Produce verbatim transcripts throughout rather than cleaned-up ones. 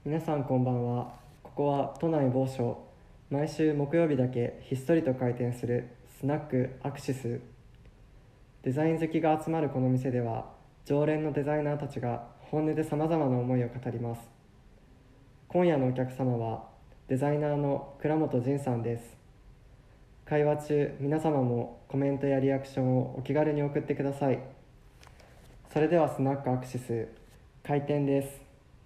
皆さんこんばんは。ここは都内某所、毎週木曜日だけひっそりと開店するスナックアクシス。デザイン好きが集まるこの店では、常連のデザイナーたちが本音でさまざまな思いを語ります。今夜のお客様はデザイナーの倉本仁さんです。会話中、皆様もコメントやリアクションをお気軽に送ってください。それではスナックアクシス開店です。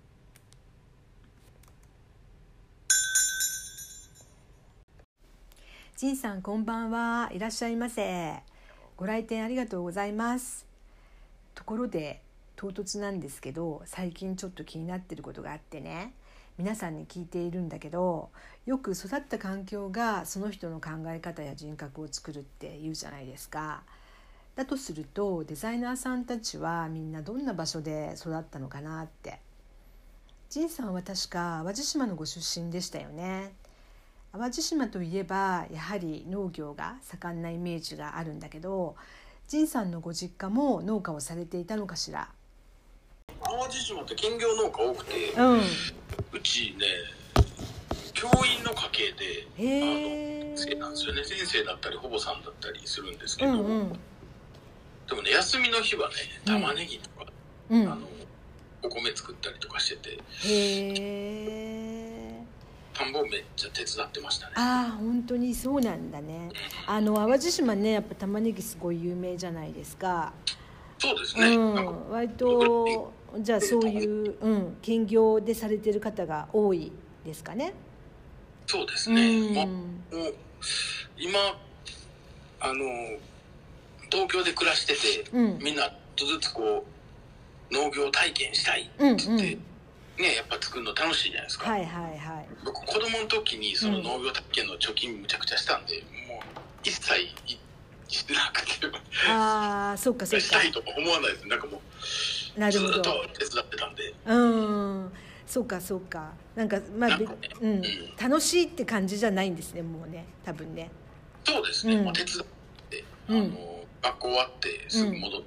仁さんこんばんは。いらっしゃいませ。ご来店ありがとうございます。ところで唐突なんですけど、最近ちょっと気になってることがあってね、皆さんに聞いているんだけど、よく育った環境がその人の考え方や人格を作るって言うじゃないですか。だとするとデザイナーさんたちはみんなどんな場所で育ったのかなって。仁さんは確か淡路島のご出身でしたよね。淡路島といえばやはり農業が盛んなイメージがあるんだけど、仁さんのご実家も農家をされていたのかしら。 淡路島って兼業農家多くて、 うん、 うちね教員の家系で、 へー、 あの先生なんですよね。先生だったり保母さんだったりするんですけど、 うんうん、 でもね休みの日はね玉ねぎとか、 うん、 あのお米作ったりとかしてて、 へー、 田んぼめっちゃ手伝ってましたね。 ああ本当にそうなんだね。あの淡路島ね、やっぱ玉ねぎすごい有名じゃないですか。 そうですね、 うなんかん、割とじゃあそういう、うん、兼業でされてる方が多いですかね。 そうですね、 うん、 もう今あの東京で暮らしてて、 うん、 みんなちょっとずつこう農業体験したいってうん言って、 うんね、やっぱ作るの楽しいじゃないですか。 はいはいはい。 僕子供の時にその農業体験の貯金むちゃくちゃしたんで、もう一切してなくてああそうかそうか。 したいとか思わないです。なんかもうなるほど。 ずっと手伝ってたんで。 うんそうかそうか。なんかまあなんかね、 うん、 うん、 楽しいって感じじゃないんですね、もうね、多分ね。 そうですね、 うん、 もう手伝ってあの、 うん、 学校終わってすぐ戻って、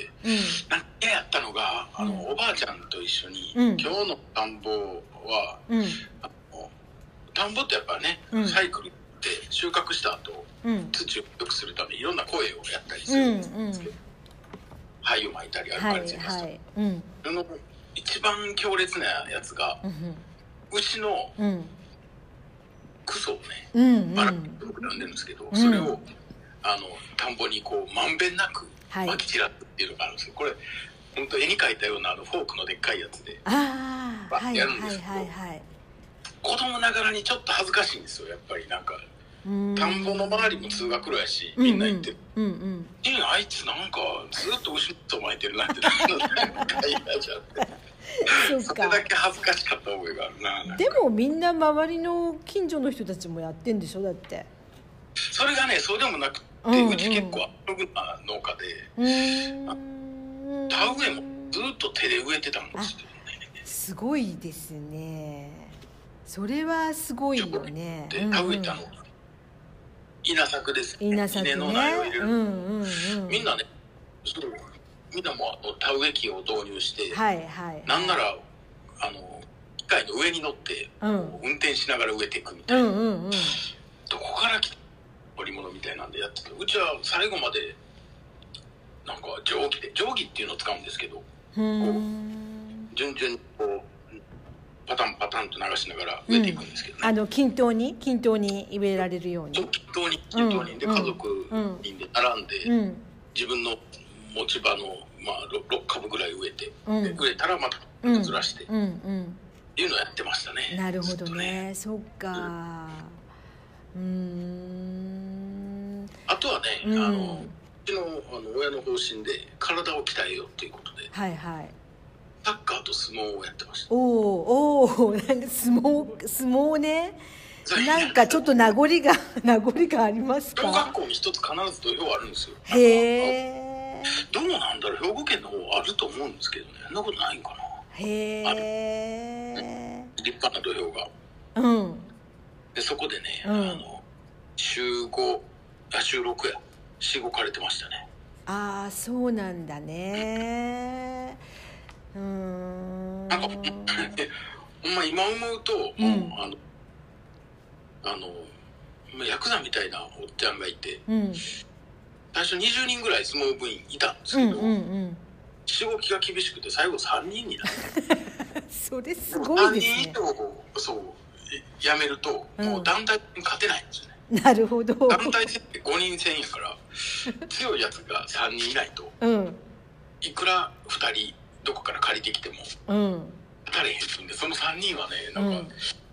うん、 なんかやったのがあの、 うん、 おばあちゃんと一緒に、 うん、 今日の田んぼは、 うん、 あの田んぼってやっぱね、 うん、 サイクルって収穫した後、 うん、 土を良くするためにいろんな声をやったりするんですけど、 うん、 灰をまいたりアルはいカリ性ますと、 はい、うん、 その一番強烈なやつが、 うん、 牛のうん、 クソをね、 うん、 バラッと僕なんでるんですけど、 うん、 それをあの田んぼにこうまんべんなくはい、 まき散らすっていうのがあるんですけど、これ本当絵に描いたようなあのフォークのでっかいやつでああはいはいやるんですけど、 はいはい、 子供ながらにちょっと恥ずかしいんですよ。やっぱりなんか田んぼの周りも通学路やし、みんな行ってる、 うんうんうん、 あいつなんかずっと牛と巻いてるなってなんか嫌じゃってそうか。 それだけ恥ずかしかった覚えがあるな。なんかでもみんな周りの近所の人たちもやってんでしょ、だって。 それがねそうでもなくて、 うんうん、 うち結構アナログな農家で、 うーん、 田植えもずっと手で植えてたんですよね。 すごいですね。それはすごいよね。 で田植えたの、稲作ですね。 稲作ね。 稲の苗を入れる、 うんうんうん、 みんなねそうみんなもあの田植え機を導入して、 はいはいはい、 なんならあの機械の上に乗って、うん、運転しながら植えていくみたいな、うんうんうん、どこから来た乗り物みたいなんでやってて、うちは最後までなんか定規で定規っていうのを使うんですけど、 うーん、 こう順々にこうパタンパタンと流しながら植えていくんですけどね、 うん、あの均等に均等に植えられるように、 そう均等に均等に、うん、で家族みんで並んで、うん、自分の持ち場の、まあ、ろっかぶぐらい植えて、うん、で植えたらまたずらして、うんうんうん、っていうのをやってましたね。 なるほどね、そっか、うん、うーん、 あとはね、うん、あのうちの、あの親の方針で体を鍛えようということで、 はいはい、 サッカーと相撲をやってました。 おおお、なんか相撲相撲ね、なんかちょっと名残が名残がありますか。 小学校に一つ必ず土俵あるんですよ。 へえ。 どうなんだろう、兵庫県の方あると思うんですけどね、そんなことないんかな。 へえ。 立派な土俵が。 うん。 でそこでね、 うん、 あの週ご、あ週ろくやしごかれてましたね。 ああそうなんだね。うーん。 なんかまあ、今思うと、 うん、 もうあのあのヤクザみたいなおっちゃんがいて、 うん、 最初にじゅうにんぐらい相撲部員いたんですけど、 うんうんうん、 しごきが厳しくて最後さんにんになってそれすごいですね。 さんにん以上そうやめると、うん、もう団体に勝てないんですよね。 なるほど。 団体戦ってごにん戦やから強いやつがさんにんいないと、 うん、 いくらふたりどこから借りてきても、 うん、 当たれへんんで、そのさんにんはねなんか、うん、あ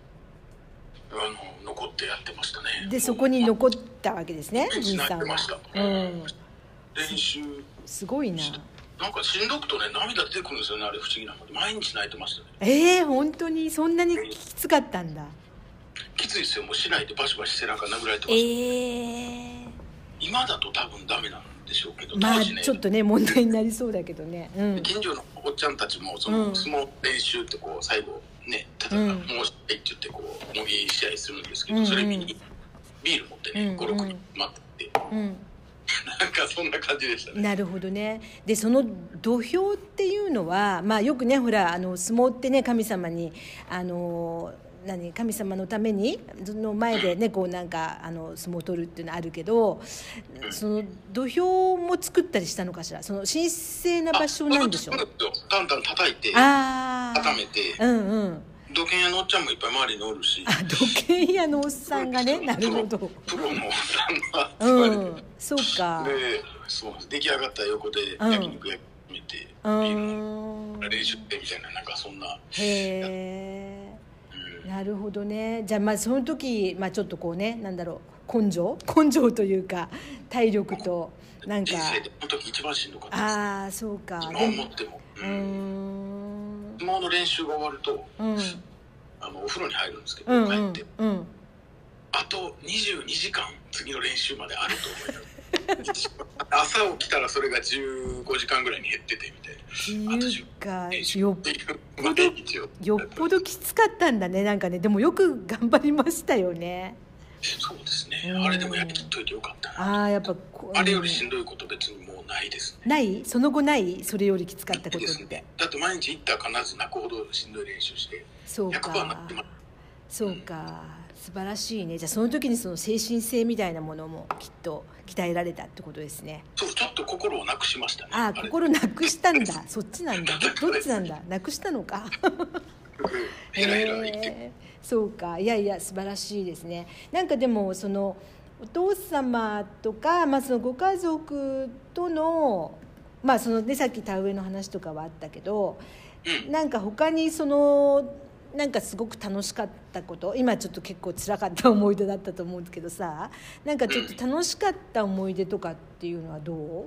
の残ってやってましたね。 でそこに残ったわけですね、銀さんは。 うん、練習すごいな。 なんかしんどくとね涙出てくるんですよね、あれ不思議なので毎日泣いてましたね。 えー、本当にそんなにきつかったんだ。 きついですよ、もうしないでバシバシ背中殴られてました、 えー、 今だと多分ダメなんでしょうけど、 まあ当時ねちょっとね問題になりそうだけどね、うん、 近所のおっちゃんたちもその相撲練習ってこう最後ねただ申し訳って言ってこう模擬試合するんですけど、うんうん、それ見にビール持ってね、うんうん、ごろくにん待ってて、うん、なんかそんな感じでしたね。 なるほどね。でその土俵っていうのは、まあ、よくねほらあの相撲ってね神様にあの何神様のためにその前でねこうなんかあの相撲を取るっていうのあるけど、その土俵も作ったりしたのかしら。その神聖な場所なんでしょう。 タンタン叩いて固めて、 うんうん、 土建屋のおっちゃんもいっぱい周りにおるし、 あ土建屋のおっさんがね、なるほど、 プロのおっさんが、 うん、そうか。 でそう出来上がった横で焼肉焼きめて、うん、練習ってみたいな、なんかそんな。 へえ。なるほどね。じゃあまあその時、まあ、ちょっとこうねなんだろう根性根性というか体力となんか人生でこの時一番しんどかったです。 ああそうか。 今思っても、うん、相撲の練習が終わると、うん、あのお風呂に入るんですけど、うんうん、帰って、うん、あとにじゅうにじかん次の練習まであると思います朝起きたらそれがじゅうごじかんぐらいに減っててみたいな。 っていうかよっぽどよっぽどきつかったんだね。なんかねでもよく頑張りましたよね。 そうですね、あれでもやりきっといてよかったな。あやっぱあれよりしんどいこと別にもうないですね。 ないその後ないそれよりきつかったことって、ね、 だって毎日行ったら必ず泣くほどしんどい練習してそうかひゃくパーセントなってます。 そうか、素晴らしいね。じゃあその時にその精神性みたいなものもきっと鍛えられたってことですね。 そうちょっと心をなくしましたね。 ああ心なくしたんだそっちなんだどっちなんだなくしたのかヘラヘラ言って、 えー、そうか。いやいや素晴らしいですね。なんかでもそのお父様とか、まあ、そのご家族とのまあそのねさっき田植えの話とかはあったけど、うん、なんか他にそのなんかすごく楽しかったこと、今ちょっと結構辛かった思い出だったと思うんですけどさ、なんかちょっと楽しかった思い出とかっていうのはどう？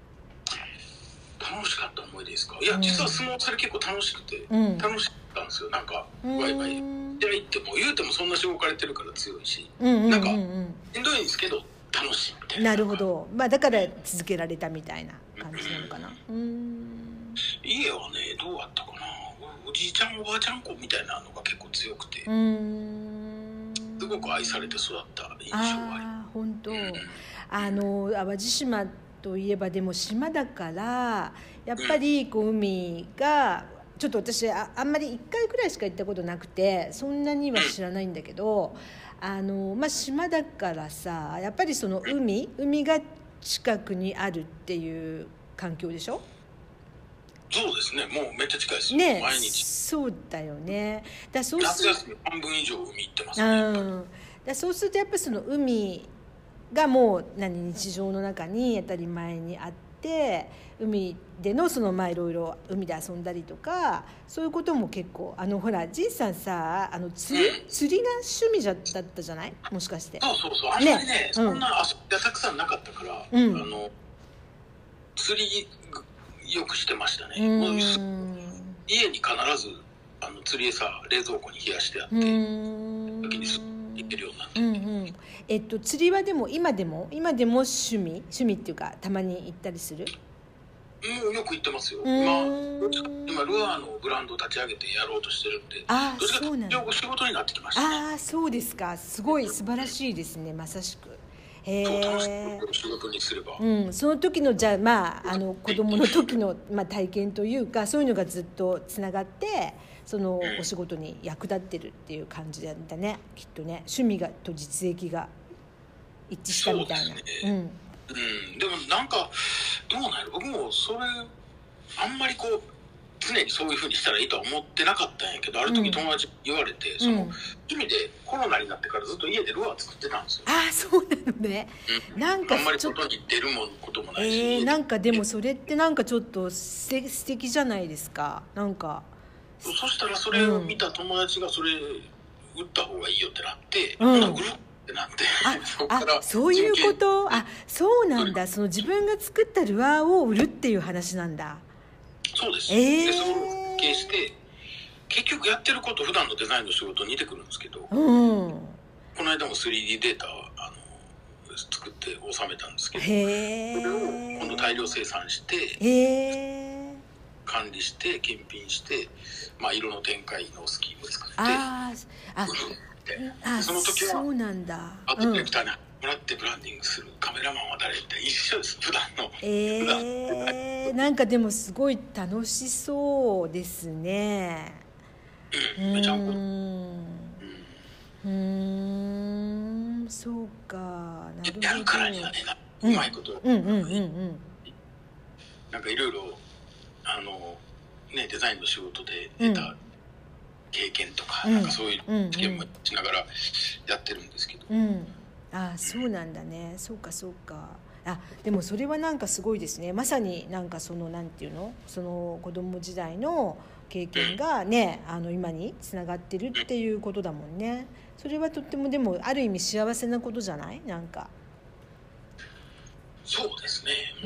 楽しかった思い出ですか？いや、うん、実は相撲それ結構楽しくて、うん、楽しかったんですよ。なんかワイワイじゃあ行っても言うてもそんなしごかれてるから強いし、うんうんうんうん、なんかしんどいんですけど楽しいみたいな。 なるほど、まあ、だから続けられたみたいな感じなのかな。うーん家はねどうだったかな、おじいちゃんおばあちゃん子みたいなのが結構強くて、うーんすごく愛されて育った印象があります。 あ本当、うん、あの淡路島といえばでも島だからやっぱりこう海がちょっと私 あ, あんまりいっかいくらいしか行ったことなくてそんなには知らないんだけど、あの、まあ、島だからさやっぱりその海海が近くにあるっていう環境でしょ。 そうですね、もうめっちゃ近いですよね、 毎日。 そうだよね。だそうする夏休み半分以上海行ってますね。 うん、だそうするとやっぱりその海がもう何日常の中に当たり前にあって海でのそのまあいろいろ海で遊んだりとかそういうことも結構あのほら仁さんさあの釣り、うん、釣りが趣味だったじゃないもしかして。 そうそうそうあんまりね、ね、そんな遊びがたくさんなかったから、うん、あの釣りよくしてましたね。もう家に必ずあの釣り餌冷蔵庫に冷やしてあって時に行けるようになってて、うんうん、 えっと、釣りはでも今でも今でも趣味趣味っていうかたまに行ったりする？ もうよく行ってますよ。今今ルアーのブランド立ち上げてやろうとしてるんで、 あどっちかというと仕事になってきましたね。 あそうですか。すごい素晴らしいですね。まさしくへそう楽しえく仕事にすれば、 うん、その時のじゃあまああの子供の時の、まあ、体験というかそういうのがずっとつながってそのお仕事に役立ってるっていう感じなんだねきっとね。趣味がと実益が一致したみたいな。 そうですね、うんうん、でもなんかどうなんやろ、僕もそれあんまりこう常にそういう風にしたらいいとは思ってなかったんやけど、ある時友達に言われて、うん、その趣味でコロナになってからずっと家でルアー作ってたんですよ。 ああそうなのね、 うん、 なんかあんまり外に出るもこともないし、 えー、なんかでもそれってなんかちょっと素敵じゃないですか。なんかそしたらそれを見た友達がそれ売った方がいいよってなって、 うん、 売るってなってあそ, あそういうこと。あそうなんだ。その自分が作ったルアーを売るっていう話なんだ。 そうです、 えー、 でその設計して結局やってること普段のデザインの仕事に似てくるんですけど、 うん、 この間も スリーディー データをあの作って収めたんですけど、 へそれを今度大量生産して、 へ管理して検品して、まあ、色の展開のスキーム作ってあああその時はそうなんだ。 あとディレクターにもらってブランディングするカメラマンは誰って一緒です普段の。 えー、なんかでもすごい楽しそうですね。 うん、めちゃくちゃ。 うん、そうか、なるほど。 やるからにはね、うまいこと、 うんうんうんうん、 なんかいろいろあのねデザインの仕事で得た経験とか、うん、なんかそういう知見もしながらやってるんですけど。 うんうん、あ、そうなんだね。そうかそうか。あ、でもそれはなんかすごいですね。まさになんかそのなんていうの、その子供時代の経験がね、あの今につながってるっていうことだもんね。それはとってもでもある意味幸せなことじゃない？なんか。 そうですね。 うん。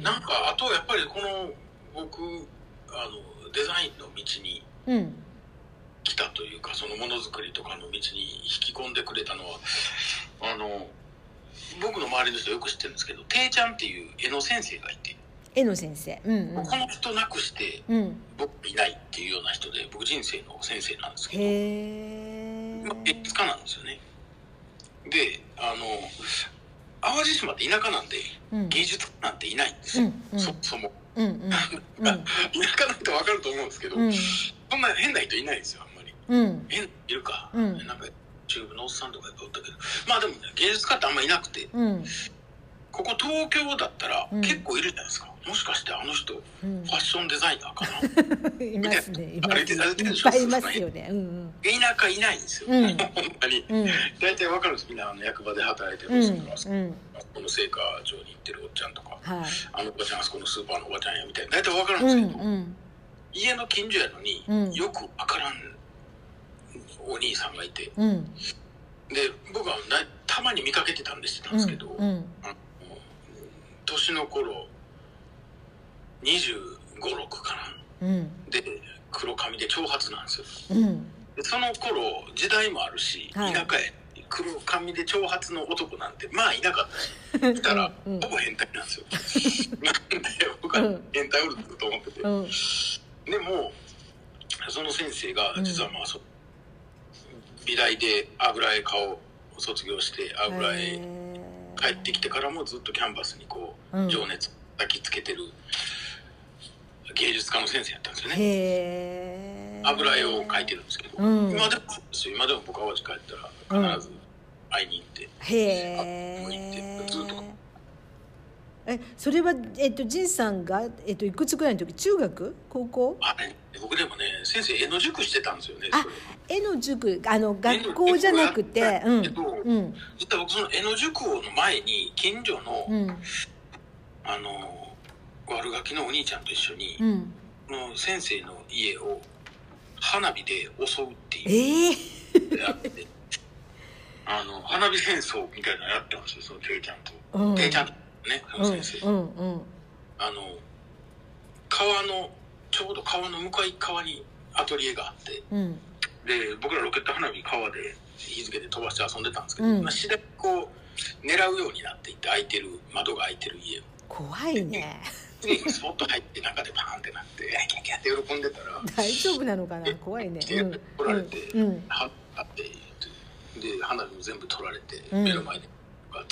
なんかあとやっぱりこの僕あのデザインの道に来たというか、そのものづくりとかの道に引き込んでくれたのはあの僕の周りの人よく知ってるんですけど、ていちゃんっていう絵の先生がいて。 絵の先生、うんうん、 この人なくして、うん、僕いないっていうような人で、僕人生の先生なんですけど、 へまあ、芸術家なんですよね。で、あの淡路島って田舎なんで、うん、芸術家なんていないんですよ、うんうん、そもそも、うんうんうん、田舎の人分かると思うんですけど、うん、そんな変な人いないんですよ、あんまり、うん、変いるか、うん、なんか中部のおっさんとかいっぱいおったけど、まあでもね、芸術家ってあんまいなくて、うん、ここ東京だったら結構いるじゃないですか、うん、もしかしてあの人、うん、ファッションデザイナーかないますね、いますね、いっぱいいますよね、うんうん、 田舎いないんですよ、うん、ほんまに、うん、大体分かるんです。みんなあの役場で働いてるんですけど、うん、あそこの青果場に行ってるおっちゃんとか、はい、あのおばちゃんあそこのスーパーのおばちゃんやみたいな大体分かるんですけど、うんうん、家の近所やのに、うん、よく分からんお兄さんがいて、うん、で僕はたまに見かけてたんですけど、うんうん、年の頃にじゅうご、ろくかな、うん、で黒髪で長髪なんですよ、うん、でその頃時代もあるし、はい、田舎へ黒髪で長髪の男なんてまあいなかったし、いたらほぼ変態なんですよなんで僕は変態おると思ってて、うん、でもその先生が実はまあそ、うん、美大で油絵科を卒業して油絵帰ってきてからもずっとキャンバスにこう、うん、情熱抱きつけてる芸術家の先生やったんですよね。へー、油絵を描いてるんですけど、うん、今でも今でも僕淡路帰ったら必ず会いに行って、うん、 へー、ずっとえそれは、えっと、仁さんが、えっと、いくつぐらいの時、中学高校？ あれ僕でもね先生絵の塾してたんですよね。 あ、絵の塾、あの学校じゃなくて、うん、 実は僕その絵の塾の前に近所の、うん、あの悪ガキのお兄ちゃんと一緒に、うん、の先生の家を花火で襲うっていう、えー、やってあの花火戦争みたいなのやったんですよ、そのていちゃんと、うん、ていちゃんとね、その先生、うんうんうん、あの川のちょうど川の向かい側にアトリエがあって、うん、で僕らロケット花火川で日付で飛ばして遊んでたんですけど、うん、まあ、次第にこう狙うようになっていって、開いてる窓が開いてる家を怖いねでスポット入って中でパーンってなってキャキャって喜んでたら大丈夫なのかな、怖いね、 手取られて、うん、はってで花火も全部取られて、うん、目の前で連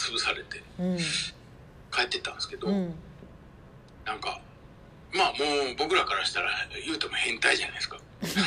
潰されて、 うん、 帰ってったんですけど、 うん、 なんかまあもう僕らからしたら言うても変態じゃないですか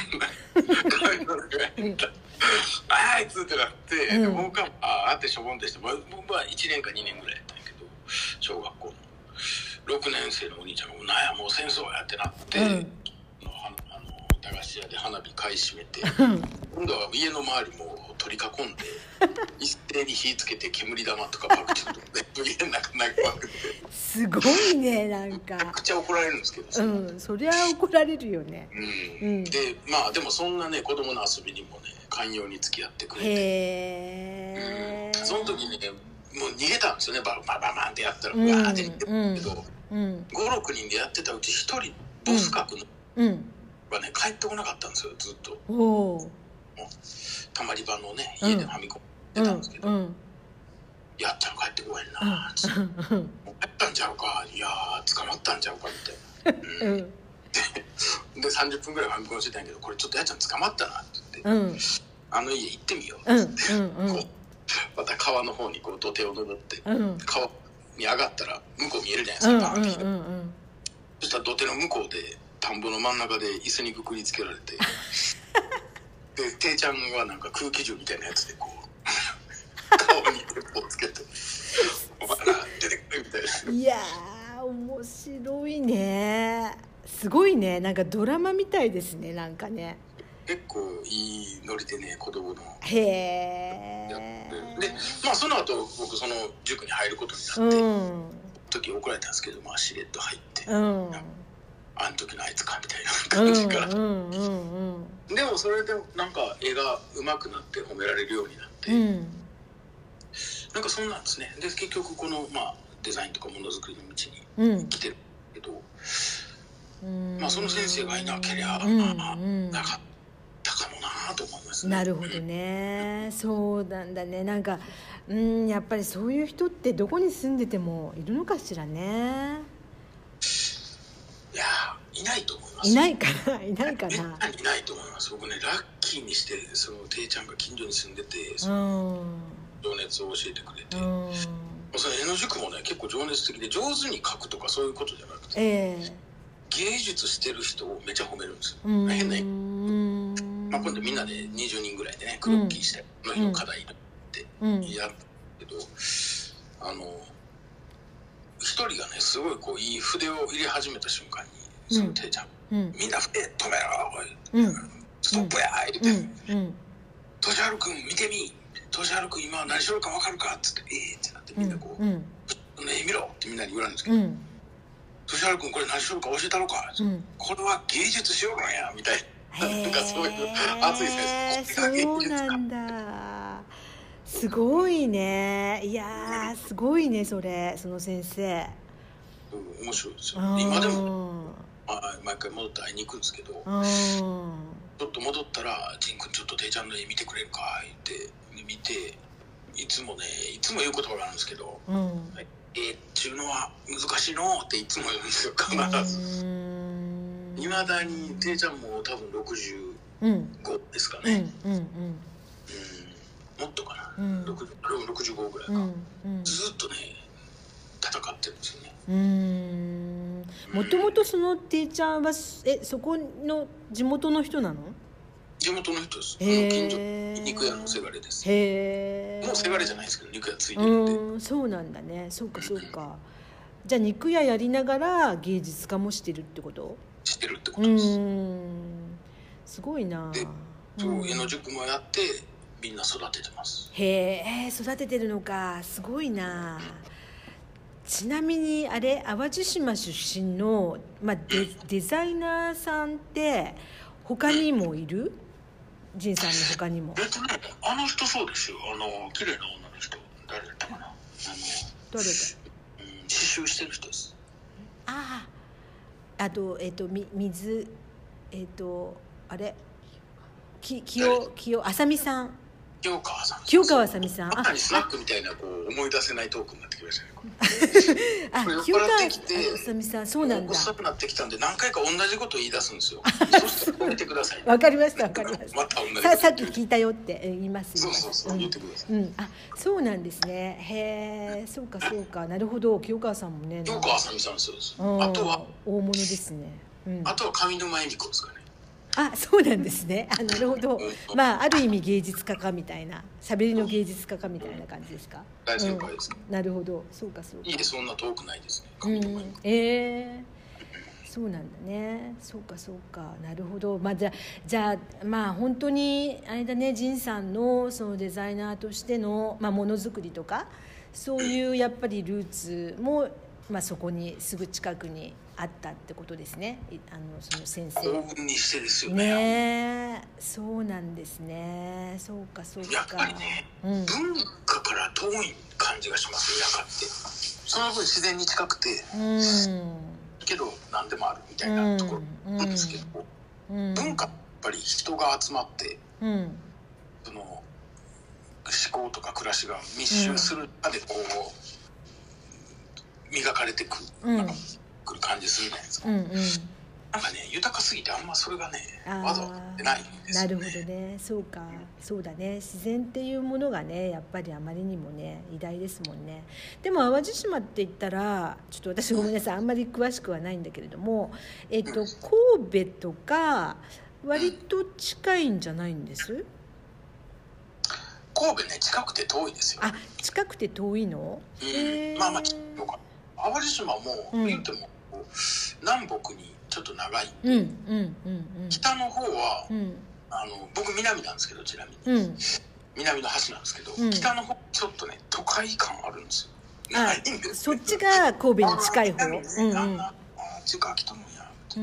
あいつってなって、うん、で僕はああってしょぼんでして、僕は、いちねんかにねんぐらいやったんやけど、小学校のろくねん生のお兄ちゃんが「なんやもう戦争や」ってなって、うん、あの駄菓子屋で花火買い占めて、今度は家の周りも取り囲んで一斉に火つけて煙玉とかパクチーとかで家の中投げまくってすごいね、なんかめちゃくちゃ怒られるんですけど、 うん、そりゃ怒られるよね、 うんうん、でまあでもそんなね子供の遊びにもね寛容に付き合ってくれて、へー、うん、その時にねもう逃げたんですよね、ババババンってやったら、うん、わーって逃げたんですけど、うん、ごろくにんでやってたうちひとりボス格の、うんうんはね、帰ってこなかったんですよ、ずっと。おたまり場のね家でファミコン出たんですけど、うんうん、やったら帰ってこへんなーっつって、うん、帰ったんちゃうか、いやー捕まったんちゃうかみたいな、うん、で, でさんじゅっぷんぐらいファミコンしてたんやけど、これちょっとやっちゃん捕まったなって言って、うん、あの家行ってみようっつって、うんうんうん、こうまた川の方にこう土手を登って、うん、川に上がったら向こう見えるじゃないですか、バーンって、うんうんうん、そしたら土手の向こうで田んぼの真ん中で椅子にくくりつけられてでていちゃんはなんか空気銃みたいなやつでこう顔に鉄砲つけてお前ら出てくれみたいな。 いやー面白いね、すごいね、なんかドラマみたいですね、なんかね結構いいノリでね、子供のへえで、まあその後僕その塾に入ることになって、うん、時怒られたんですけど、まあしれっと入って、うん、あん時のあいつかみたいな感じから、うんうんうんうん、でもそれでなんか絵が上手くなって褒められるようになって、うん、なんかそんなんですね。で結局この、まあ、デザインとかものづくりの道に来てるけど、うん、まあその先生がいなけりゃ、うん、まあなかったかもなと思いますね。 なるほどね、そうなんだね。なんかうんやっぱりそういう人ってどこに住んでてもいるのかしらね。 いやいないと思います。 いないかないないかな。 いないと思います。僕ねラッキーにしてそのていちゃんが近所に住んでて、その情熱を教えてくれて、うんその絵の塾もね結構情熱的で上手に描くとかそういうことじゃなくて、えー、芸術してる人をめちゃ褒めるんですよ。うん変な、まあ、今度みんなでにじゅうにんぐらいでねクロッキーして、うん、この日の課題ってやるけど、うん、あの一人がねすごいこういい筆を入れ始めた瞬間にそのていちゃん、うん、みんな筆止めろ、うん、ストップやー言って、うんうん、トシハル君見てみトシハル君今何しろか分かるかっつってえーってなってみんなこう、うんうん、ね見ろってみんなに言われるんですけど、うん、トシハル君これ何しろか教えたろか、うん、これは芸術しようなんやみたいな、なんかそういう熱い先生、 そうなんだ、すごいね。いやすごいねそれ、その先生、 うん、面白いですよ。今でも毎回戻って会いに行くんですけど、ちょっと戻ったらジン君ちょっとていちゃんの絵見てくれるか言って見て、いつもねいつも言う言葉があるんですけど、うん、絵っていうのは難しいのっていつも言うんですよ、必ず。いまだにていちゃんも多分ろくじゅうごですかね、うんうんうんうん、もっとかな、うん、ろくじゅうごぐらいか、うんうん、ずっとね戦ってるんですよね。うーんもともとそのていちゃんはえそこの地元の人なの？ 地元の人です。近所肉屋のせがれです。へもうせがれじゃないですけど肉屋ついてるんで。 うんそうなんだね。そうかそうか、うん、じゃあ肉屋やりながら芸術家もしてるってこと？ してるってことです。 うんすごいな。 でそう絵の塾もやってみんな育ててます。 へえ育ててるのか、すごいな。ちなみにあれ淡路島出身の、まあ、デ, デザイナーさんって他にもいる？仁さんの他にも。 えっとねあの人そうですよ、あの綺麗な女の人誰だったかな、あの誰だ、うん、 刺繍してる人です。 あああとえっ、ー、とみ水えっ、ー、とあれき清清あさみさん清川さん。 清川あさみさん。 まさにスナックみたいなこう思い出せないトークになってきましたね。 あ、清川あさみさん、そうなんだ。 遅くなってきたんで何回か同じこと言い出すんですよ。そしてやめてください。 わかりましたわかりました。 また同じ。 ささっき聞いたよって言います。 そうそうそう、うん、言ってください。 うん、あ、そうなんですね。へえ、そうかそうか、なるほど。清川さんもね。 清川あさみさんそうです。あとは大物ですね。うん、 あとは上沼恵美子ですかね。 あ、そうなんですね。あ、なるほど。まあある意味芸術家かみたいな、喋りの芸術家かみたいな感じですか。 大先輩です、 うん。なるほど、そうかそうか。 いいえ、そんな遠くないですね。 うん、ええー、そうなんだね。そうかそうか、なるほど。まあじゃあじゃあまあ本当にあれだね、仁さんのそのデザイナーとしてのまあものづくりとかそういうやっぱりルーツもまあそこにすぐ近くにあったってことですね。あのその先生。 幸運にしてですよね。 ねえ、そうなんですね。そうかそうか。 やっぱりね、うん、文化から遠い感じがしますよ、田舎って。その分自然に近くて、うん、けど何でもあるみたいなところなんですけど、うんうん、文化やっぱり人が集まって、うん、その思考とか暮らしが密集するまでこう磨かれてくる。うんくる感じするじゃないですか、うんうん、なんかね豊かすぎてあんまそれがねわざわざ出ないんですよね。 なるほどね、そうか、そうだね、自然っていうものがねやっぱりあまりにもね偉大ですもんね。でも淡路島って言ったらちょっと私ごめんなさい、あんまり詳しくはないんだけれども、えっと、神戸とか割と近いんじゃないんです？ 神戸ね近くて遠いですよ。 あ、近くて遠いの？ うん、まあまあどうか淡路島も、うん、言っても南北にちょっと長いんで、うんうんうんうん、北の方は、うん、あの僕南なんですけどちなみに、うん、南の端なんですけど、うん、北の方ちょっとね都会感あるんですよ。 あ、そっちが神戸に近い方。 南ですね、うんうん、あんな近きともやうん、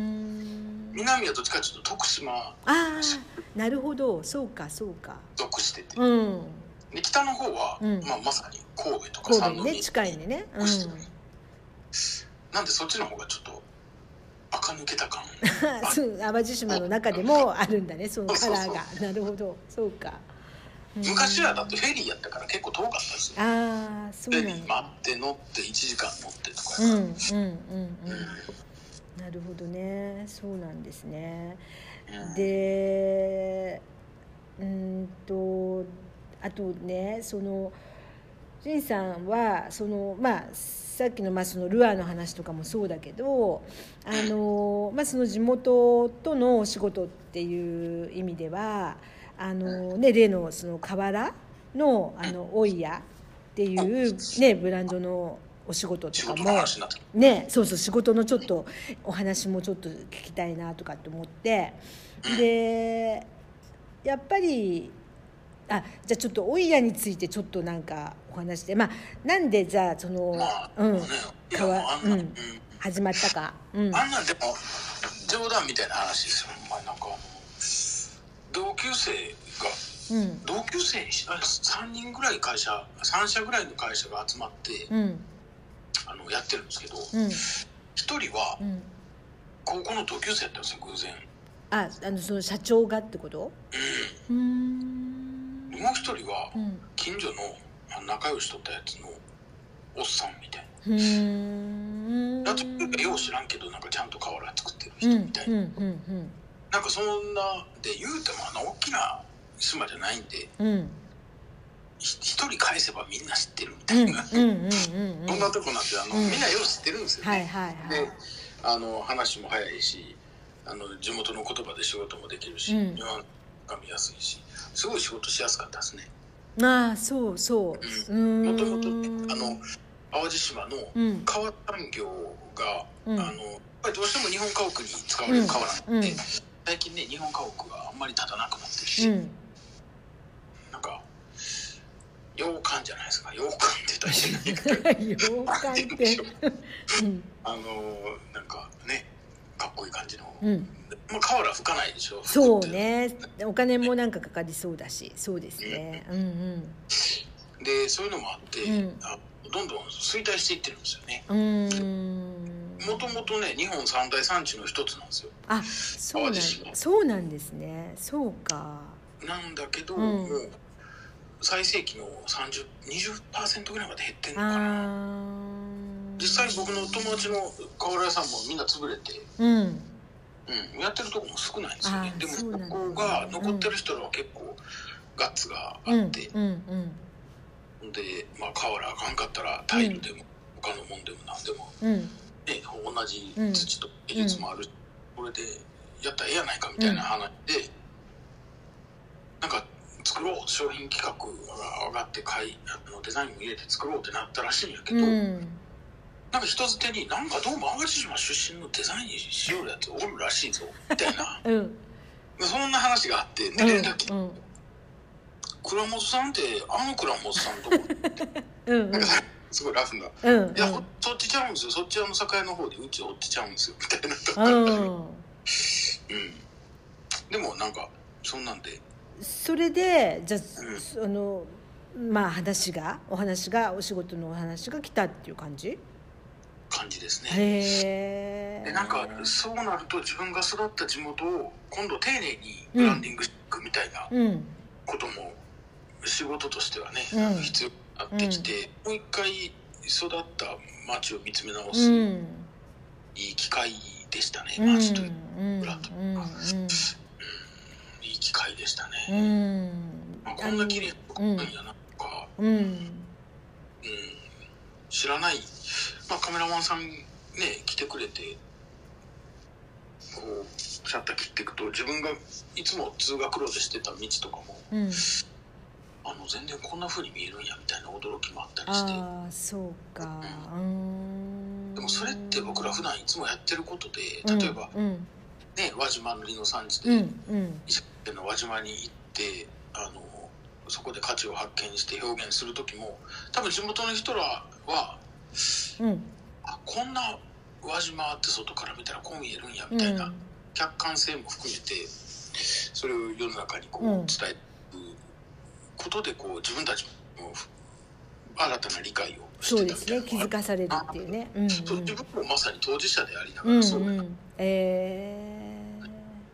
南はどっちかちょっと徳島。ああ、なるほど、そうかそうか。 属してて、 うん、 で北の方は、うんまあ、まさに神戸とか三宮に近いんでね。うんなんでそっちの方がちょっと垢抜けた感淡路島の中でもあるんだね、そのカラーが。なるほど、そうか。 昔はだってフェリーやったから結構遠かったですよ。 ああ、そうなんだ。 フェリー待って乗っていちじかん乗ってとかやから、うんうんうんうん、なるほどね、そうなんですね、うん、でうんとあとね、その仁さんはその、まあ、さっきの、まあ、そのルアーの話とかもそうだけど、あの、まあ、その地元とのお仕事っていう意味ではあの、ね、例のその河原のあのオイヤっていう、ね、ブランドのお仕事とかもね、そうそう、仕事のちょっとお話もちょっと聞きたいなとかって思って、でやっぱりあ、じゃあちょっとオイヤについてちょっとなんかお話で、まあなんでじゃあその、まあ、うん、かわ、うん、始まったか、うん、 あんなんでも冗談みたいな話ですよ。まあなんか同級生が、うん、同級生さんにんぐらい会社さん社ぐらいの会社が集まって、うん、あのやってるんですけど、うん、ひとりは高校の同級生やったんですよ、偶然。 あ、あのその社長がってこと？うん。うーん。 もう一人は近所の仲良しとったやつのおっさんみたいな。うーん。だってよう知らんけどなんかちゃんと瓦作ってる人みたいな。うんうんうんうん、なんかそんなで言うてもあの大きな島じゃないんで、うん、一人返せばみんな知ってるみたいな。そんなとこなんであの、うん、みんなよう知ってるんですよね。はいはいはい、であの話も早いし、あの地元の言葉で仕事もできるし、うん、日本が見やすいし。すごい仕事しやすかったですね。 ああ、そうそう。もともとあの淡路島の革産業が、うん、あのやっぱりどうしても日本家屋に使われる革なんで、うん、最近ね日本家屋があんまり立たなくなってるし、うん、なんか洋館じゃないですか。洋館って言ったらいけないけど洋館って、うん、あのなんかねかっこいい感じの。うんまあ、瓦吹かないでしょ。 そうね、お金もなんかかかりそうだし、そうですね、うんうん、 でそういうのもあって、うん、あどんどん衰退していってるんですよね。うーん、もともとね日本三大産地の一つなんですよ。 あ、そうなんそうなんですね。そうか。 なんだけど、うん、もう最盛期のさんじゅう、にじゅっパーセントぐらいまで減ってんのかな。実際僕の友達の瓦屋さんもみんな潰れて、うんうん、やってるとこも少ないんですよね。でもここが残ってる人らは結構ガッツがあって、うんうんうん、で、まあ、瓦あかんかったらタイルでも、うん、他のもんでも何でも、うんね、同じ土と技術もある、うん、これでやったらええやないかみたいな話で、うん、なんか作ろう、商品企画が上がって買いあのデザインも入れて作ろうってなったらしいんやけど、うん、なんか人づてになんかどうも淡路島出身のデザインしようやつおるらしいぞみたいな、うん、そんな話があって、で連絡来て、うんうん、倉本さんってあの倉本さんと思ってうん、なんかすごいラフな、うんうん、いやそっちちゃうんですよ、そっちはの酒屋の方でうちおっちちゃうんですよみたいなところだったり、うん、でもなんかそんなんでそれでじゃあ、うん、あのまあ話がお話がお仕事のお話が来たっていう感じ感じですね。へでなんかそうなると自分が育った地元を今度丁寧にブランディングしていくみたいなことも仕事としてはね、うん、必要になってきて、うん、もう一回育った町を見つめ直す、うん、いい機会でしたね、町というブランド、うんうんうん、いい機会でしたね、うんまあ、こんな綺麗なとこなんやなとか、うんうん、知らない、まあ、カメラマンさんね来てくれてこうシャッター切っていくと自分がいつも通学路でしてた道とかも、うん、あの全然こんな風に見えるんやみたいな驚きもあったりして、 ああそうか、うん、 でもそれって僕ら普段いつもやってることで、例えば、うんうん、ね輪島塗の産地で、うんうん、石川県の輪島に行ってあのそこで価値を発見して表現する時も多分地元の人らは、うん、あこんな輪島って外から見たらこう見えるんやみたいな、うん、客観性も含めてそれを世の中にこう伝えることでこう自分たちも新たな理解をしてたみたいな、そうですね、 気づかされるっていうね、うんうん、 そう自分もまさに当事者でありながらそうな、うんうん、 えー、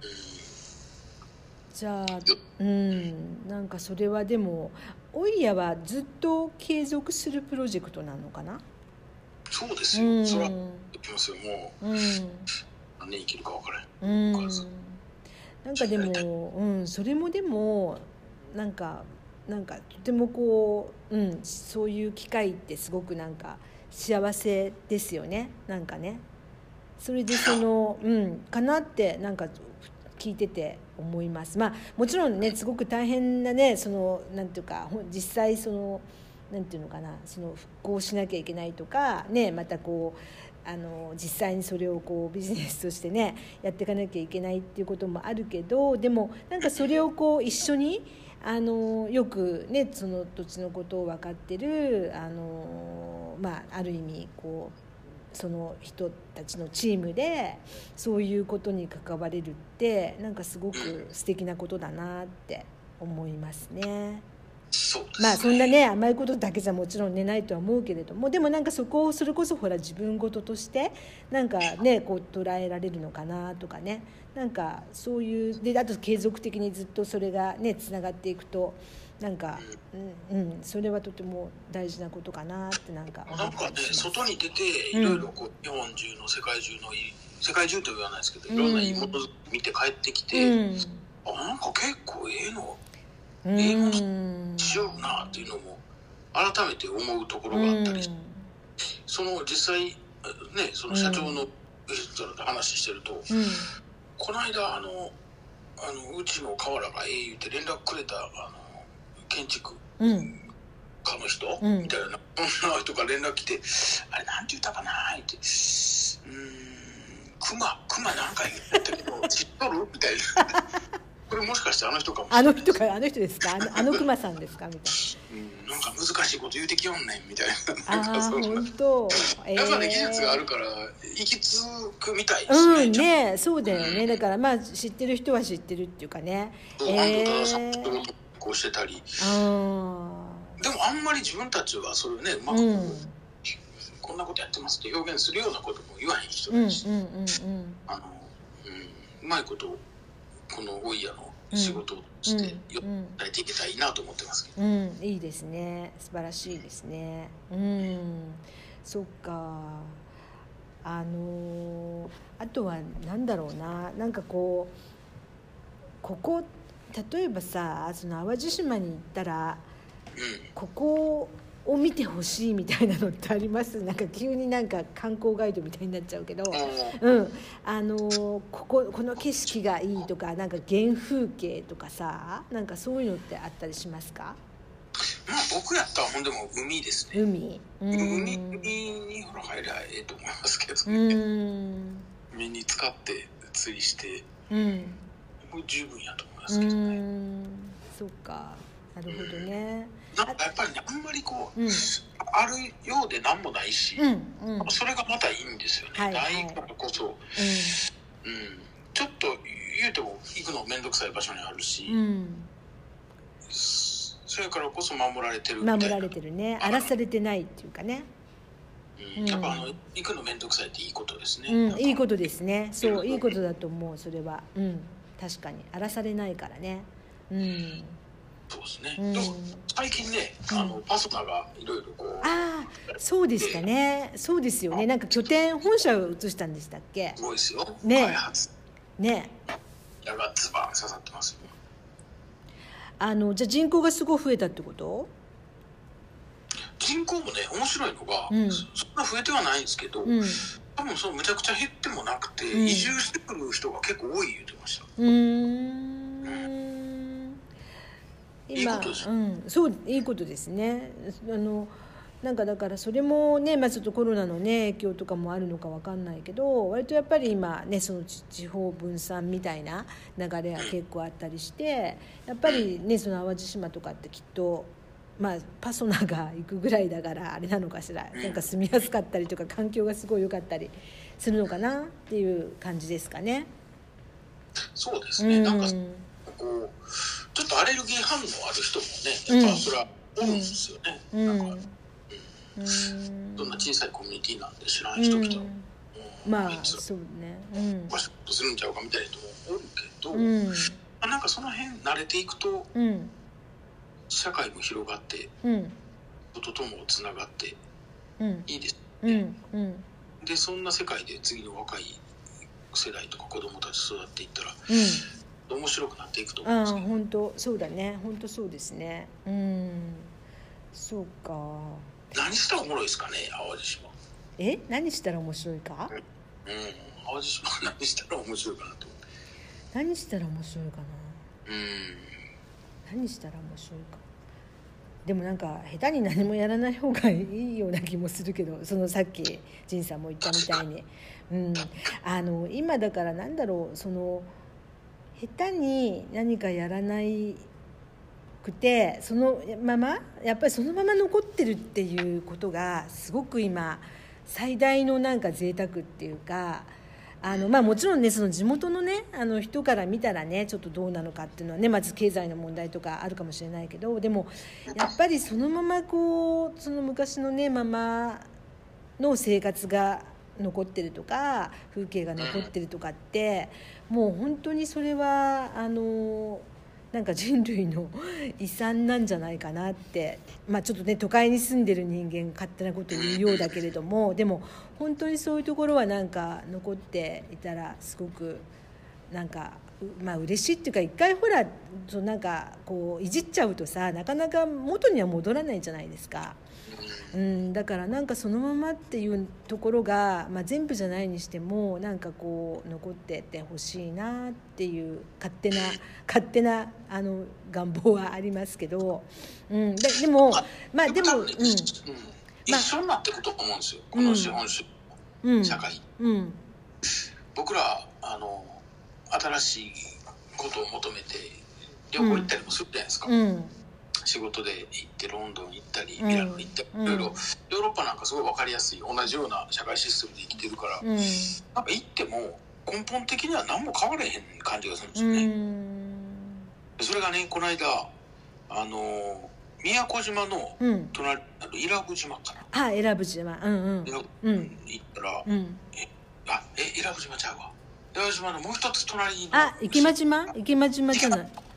じゃあうんなんかそれはでもオイヤはずっと継続するプロジェクトなのかな。 そうですよ、うん、それはできますよ、もう、うん、何年生きるか分からへん、うん、 なんかでも、うん、それもでもなんかなんかとてもこう、うん、そういう機会ってすごくなんか幸せですよね、なんかね、それでその、うん、かなってなんか聞いてて思います。まあもちろんねすごく大変なねそのなんていうか実際そのなんていうのかなその復興しなきゃいけないとかね、またこうあの実際にそれをこうビジネスとしてねやっていかなきゃいけないっていうこともあるけど、でもなんかそれをこう一緒にあのよくねその土地のことを分かってるあの、まあ、ある意味こうその人たちのチームでそういうことに関われるってなんかすごく素敵なことだなって思いますね。 そうですね、 まあそんなね甘いことだけじゃもちろん寝ないとは思うけれども、でもなんかそこをそれこそほら自分事としてなんかねこう捉えられるのかなとかね、なんかそういうであと継続的にずっとそれがねつながっていくとなんか、うんうん、それはとても大事なことかなってなんかなんかね外に出ていろいろこう、うん、日本中の世界中の世界中とは言わないですけどいろんな妹見て帰ってきて、うん、あなんか結構ええの英語にしようなっていうのも改めて思うところがあったり、うん、その実際ねその社長の人と話してると、うん、この間あのあのうちの瓦がええ言うて連絡くれたあの建築家の人、うん、みたいな女の人が連絡来て、あれなんて言ったかなって、うーん熊熊なんか言ったけど知っとるみたいな。これもしかしてあの人かもしれない。 あの人かあの人ですか。あの、あの熊さんですかみたいな。うん、なんか難しいこと言うてきよんねんみたいな。なんかそんな。あ本当。 えー、やっぱね技術があるから行き着くみたいですね。 うんねそうだよね、うん。だからまあ知ってる人は知ってるっていうかね。 そう、えー、安藤忠さんとこうしてたり。あでもあんまり自分たちはそれをねうまく、うん、こんなことやってますって表現するようなことも言わへん人だし、うんうんうんうん、あの、うん、うまいこと。このオイヤの仕事をしてよっていけたらいいなと思ってますけど、 うんうんうん、いいですね、素晴らしいですね。うん、そっか。あのあとはなんだろうな、なんかこうここ例えばさ、その淡路島に行ったら、うん、ここを見てほしいみたいなのってあります？なんか急になんか観光ガイドみたいになっちゃうけど、うん、あのこここの景色がいいとか、なんか原風景とかさ、なんかそういうのってあったりしますか？ まあ僕やったらほんでも海ですね。 海、うん、 海にほら入りゃええと思いますけどね。うん、海に使って釣りして、うん、十分やと思いますけどね。うん、 そっか、なるほどね。 なんかやっぱりね、あんまりこう、うん、あるようでなんもないし、うんうん、それがまたいいんですよね。はいはい、ないからこそ、うんうん、ちょっと言うても行くのめんどくさい場所にあるし、うん、それからこそ守られてるみたいな。 守られてるね。荒らされてないっていうかね。 うん、やっぱあの行くのめんどくさいっていいことですね。 うん、いいことですね。そう、いいことだと思う、それは。うん、確かに荒らされないからね。うん。 そうですね。うん、でも最近ね、あのパソナがいろいろこう。 ああ、そうでしたね。そうですよね。なんか拠点本社を移したんでしたっけ？ すごいですよ。 ね。 開発。 ね。 矢がつば刺さってますよ。 あのじゃあ人口がすごい増えたってこと？ 人口もね面白いのが、うん、そんな増えてはないんですけど、うん、多分そうむちゃくちゃ減ってもなくて、うん、移住してくる人が結構多い言ってました。うーん、 うん今、いいことです、うん、そういいことですね。あのなんかだからそれもね、まあ、ちょっとコロナのね影響とかもあるのか分かんないけど、割とやっぱり今ねその地方分散みたいな流れは結構あったりして、やっぱりねその淡路島とかってきっとまあパソナが行くぐらいだからあれなのかしら、なんか住みやすかったりとか環境がすごい良かったりするのかなっていう感じですかね。 そうですね、うん、なんかこうちょっとアレルギー反応ある人もねやっぱそれはおるんですよね、うん、なんかうんそんな小さいコミュニティなんで知らん人来たら、うんうん、まあそうね、うん、 バシッとするんちゃうかみたいな人もおるけど、うん、なんかその辺慣れていくと、うん、社会も広がって、うん、人ともつながっていいですね、うんうん、でそんな世界で次の若い世代とか子供たち育っていったら、うん、面白くなっていくと思うんですけど。 ああ本当そうだね、本当そうですね。うんそうか。 何したらおもろいですかね淡路島。 え何したら面白いか、うん、 うん、淡路島何したら面白いかなと思って。 何したら面白いかな。 うん何したら面白いか。でもなんか下手に何もやらない方がいいような気もするけど、そのさっき仁さんも言ったみたいに、うん、あの今だからなんだろう、その下手に何かやらないくてそのままやっぱりそのまま残ってるっていうことがすごく今最大のなんか贅沢っていうか、あのまあもちろんねその地元のねあの人から見たらねちょっとどうなのかっていうのはねまず経済の問題とかあるかもしれないけど、でもやっぱりそのままこうその昔のねままの生活が残ってるとか風景が残ってるとかってもう本当にそれはあのなんか人類の遺産なんじゃないかなって、まあ、ちょっとね都会に住んでる人間勝手なこと言うようだけれども、でも本当にそういうところはなんか残っていたらすごくなんかまあ嬉しいっていうか、一回ほらそうなんかこういじっちゃうとさなかなか元には戻らないじゃないですか。うん、だからなんかそのままっていうところが、まあ、全部じゃないにしてもなんかこう残ってってほしいなっていう勝手な勝手なあの願望はありますけど、うん、で, でもまあでも、うん、 一緒になっていくと思うんですよ、この資本主義社会、うんうん、僕らあの新しいことを求めて旅行行ったりもするじゃないですか、うんうん仕事で行ってロンドン行ったりミラノ行ったり、うん、いろいろヨーロッパなんかすごい分かりやすい同じような社会システムで生きてるから、うん、なんか行っても根本的には何も変われへん感じがするんですよね、うん、それがねこの間あの宮古島の隣、うん、伊良部島かな、 あ伊良部島、うんうん、 伊良部に行ったら、うん、えあえ伊良部島ちゃうわ伊良部島のもう一つ隣のあ池間島池間島じゃない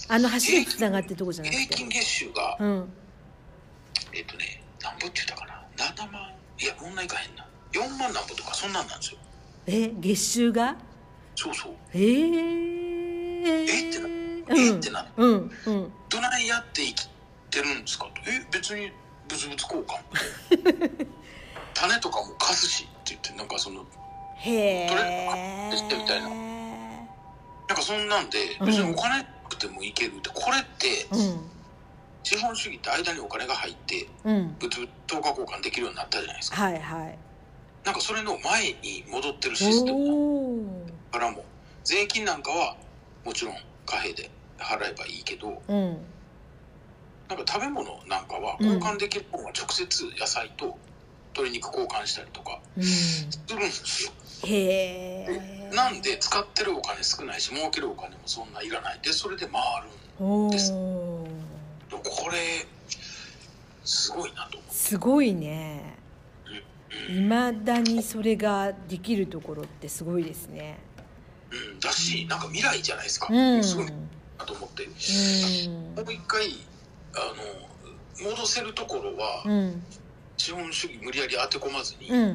あの橋でつながってるとこじゃなくて平均月収が、 うん、 えっとね何ぼって言ったかなななまんいや問題かへんなよんまんなんぼとかそんなんなんですよ。 え月収がそうそうえー、 えってなえってなうんうんうん、 どないやって生きてるんですかとえ別に物々交換種とかも貸すしって言ってなんかそのへトレードしてみたいななんかそんなんで別にお金なくてもいけるって、うん、これって、うん、資本主義って間にお金が入って、うん、物々等価交換できるようになったじゃないですか。 はいはい。 なんかそれの前に戻ってるシステムからも税金なんかはもちろん貨幣で払えばいいけど、うん、なんか食べ物なんかは交換できる方が直接野菜と鶏肉交換したりとかするんですよ、うん、へー。なんで使ってるお金少ないし儲けるお金もそんないらないでそれで回るんです。これすごいなと思って。 すごいね。いまだにそれができるところってすごいですね、 うん、だしなんか未来じゃないですか、うん、すごいなと思って、うん、もう一回あの戻せるところは、うん、資本主義無理やり当て込まずに、うんうん、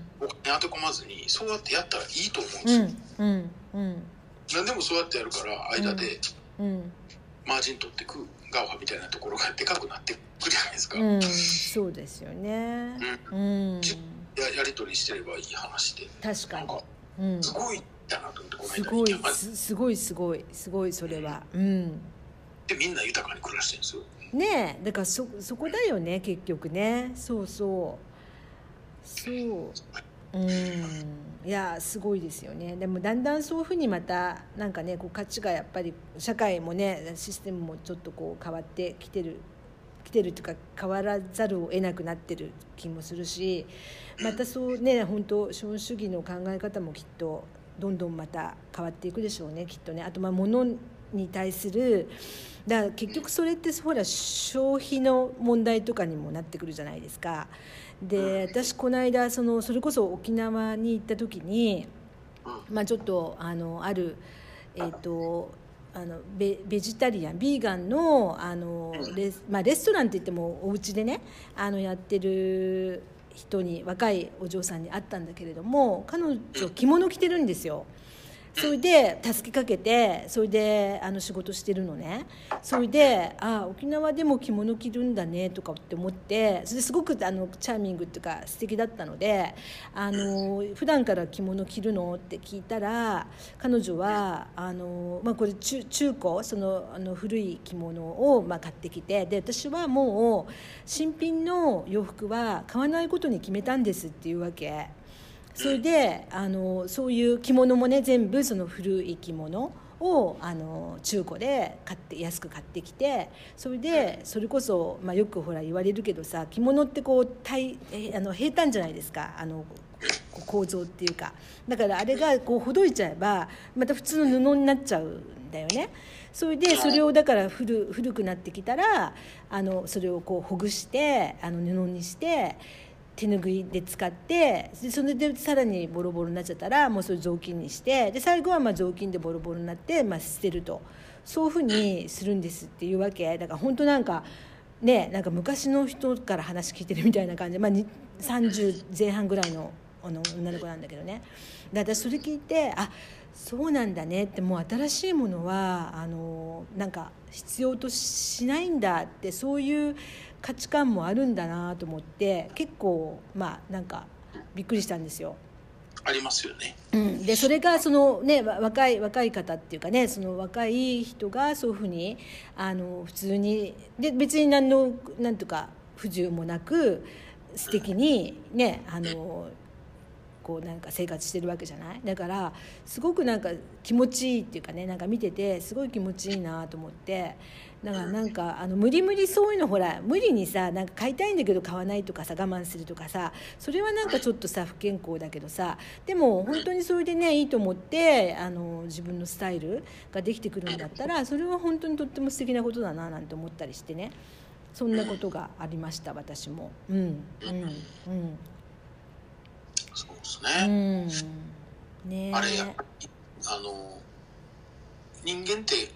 お金当て込まずにそうやってやったらいいと思うんですよ、うんうんうん、何でもそうやってやるから間で、うんうん、マージン取ってく側みたいなところがでかくなってくるじゃないですか、うん、 そうですよね、 うんうん、や, やり取りしてればいい話で確かになんか、うん、すごいだなと思ってこの間すごいすすごいすごいすごいそれは、うん、 でみんな豊かに暮らしてるんですよねえだから そ, そこだよね結局ねそうそうそううんいやすごいですよね。でもだんだんそういうふうにまたなんかねこう価値がやっぱり社会もねシステムもちょっとこう変わってきてる来てるというか変わらざるを得なくなってる気もするしまたそうね本当資本主義の考え方もきっとどんどんまた変わっていくでしょうねきっとね。あとまあ物に対するだから結局それってほら消費の問題とかにもなってくるじゃないですか。で私この間そのそれこそ沖縄に行った時に、まあ、ちょっと あのあるえっとあの ベ, ベジタリアンビーガン の, あの レ, まあ、レストランって言ってもお家でねあのやってる人に若いお嬢さんに会ったんだけれども彼女着物着てるんですよ。それで助けかけてそれであの仕事してるのね。それであ沖縄でも着物着るんだねとかって思ってそれですごくあのチャーミングっていうか素敵だったのであの普段から着物着るのって聞いたら彼女はあの、まあ、これ 中, 中古そのあの古い着物をまあ買ってきてで私はもう新品の洋服は買わないことに決めたんですっていうわけ。それであのそういう着物もね全部その古い着物をあの中古で買って安く買ってきてそれでそれこそ、まあ、よくほら言われるけどさ着物ってこう平あの平坦じゃないですかあの構造っていうかだからあれがこうほどいちゃえばまた普通の布になっちゃうんだよね。それでそれをだから 古, 古くなってきたらあのそれをこうほぐしてあの布にして手ぬぐいで使ってでそれでさらにボロボロになっちゃったらもうそれ雑巾にしてで最後はまあ雑巾でボロボロになって、まあ、捨てるとそういうふうにするんですっていうわけだから本当なんかねなんか昔の人から話聞いてるみたいな感じで、まあ、さんじゅうぜん半ぐらい の, あの女の子なんだけどね。で私それ聞いてあそうなんだねってもう新しいものはあのなんか必要としないんだってそういう価値観もあるんだなと思って結構まあなんかびっくりしたんですよ。 ありますよね、 うん、でそれがその、ね、若い若い方っていうかねその若い人がそういうふうにあの普通にで別に何のなんとか不自由もなく素敵にねあのこうなんか生活してるわけじゃない。だからすごくなんか気持ちいいっていうかねなんか見ててすごい気持ちいいなと思ってだからなんかあの無理無理そういうのほら無理にさなんか買いたいんだけど買わないとかさ我慢するとかさそれはなんかちょっとさ不健康だけどさでも本当にそれでねいいと思ってあの自分のスタイルができてくるんだったらそれは本当にとっても素敵なことだななんて思ったりしてねそんなことがありました私も。うんうんうんそうですね。うん、ねあれやっぱりあの人間って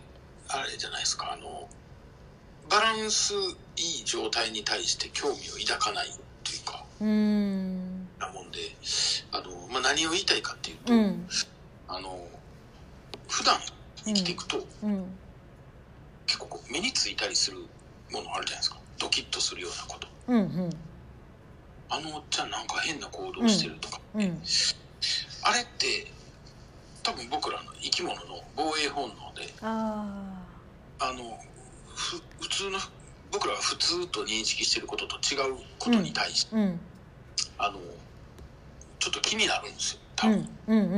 あれじゃないですか、あのバランスいい状態に対して興味を抱かないというか、 うーんなもんで、あの、まあ、何を言いたいかっていうと、 うん、 あの普段生きていくと、 うんうん、 結構こう目についたりするものあるじゃないですか。ドキッとするようなこと、 うんうん、 あのおっちゃんなんか変な行動してるとか、 うんうん、 あれって多分僕らの生き物の防衛本能で、 ああのふ普通の僕らが普通と認識してることと違うことに対して、 うんうん、 あのちょっと気になるんですよ多分、 うんうんうんうん、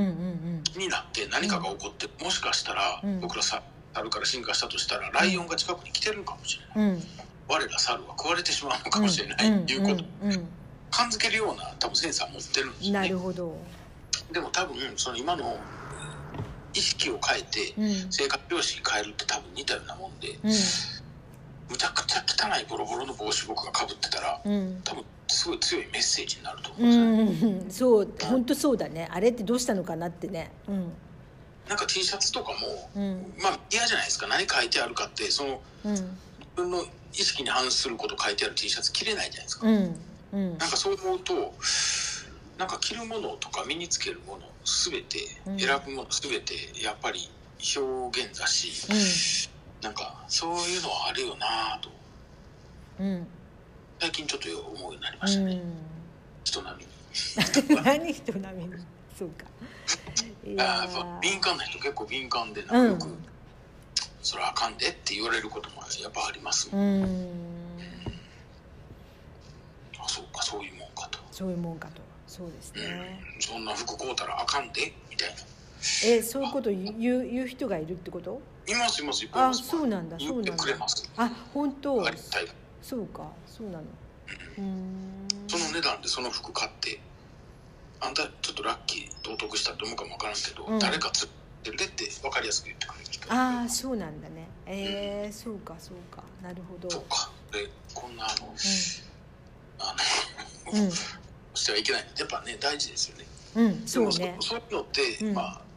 気になって何かが起こって、もしかしたら、うん、僕ら猿から進化したとしたらライオンが近くに来てるのかもしれない、うん、我ら猿は食われてしまうのかもしれない、うん、いうことを感づけるような多分センサー持ってるんですよね。 なるほど。でも多分その今の意識を変えて生活様式変えるって多分似たようなもんで、うん、むちゃくちゃ汚いボロボロの帽子僕がかぶってたら、うん、多分すごい強いメッセージになると思うんですよね、 うん、そう本当そうだね。あれってどうしたのかなってね、うん、 なんか T シャツとかも、うん、まあ嫌じゃないですか。何書いてあるかってその、うん、自分の意識に反すること書いてある T シャツ着れないじゃないですか、うんうん、なんかそう思うとなんか着るものとか身につけるもの全て、うん、選ぶもの全てやっぱり表現だし、うん、なんかそういうのはあるよなと、うん、最近ちょっと思うようになりましたね、うん、人並みに何人並みにそうかいややっぱ敏感な人結構敏感でなんかよく、うん、それはあかんでって言われることもやっぱあります、うん、あそうかそういうもんかとそういうもんかとそうですね、 うん、そんな服買うたらあかんでみたいなえそういうこと言う、言う人がいるってこと？ いますいますいっぱいいます。 あそうなんだそうなんだ。言ってくれます。あ本当。 ありがたい。 そうかそうなの、 うん、うーんその値段でその服買ってあんたちょっとラッキー道徳したと思うかもわからんけど、うん、誰かつってるでって分かりやすく言ってくれる人。 ああそうなんだね。えーうん、そうかそうかなるほど。 そうかでこんなあの、うん、あの、うん、してはいけないやっぱね大事ですよね。 うんそうね。 そ, そういうのって、うん、まあ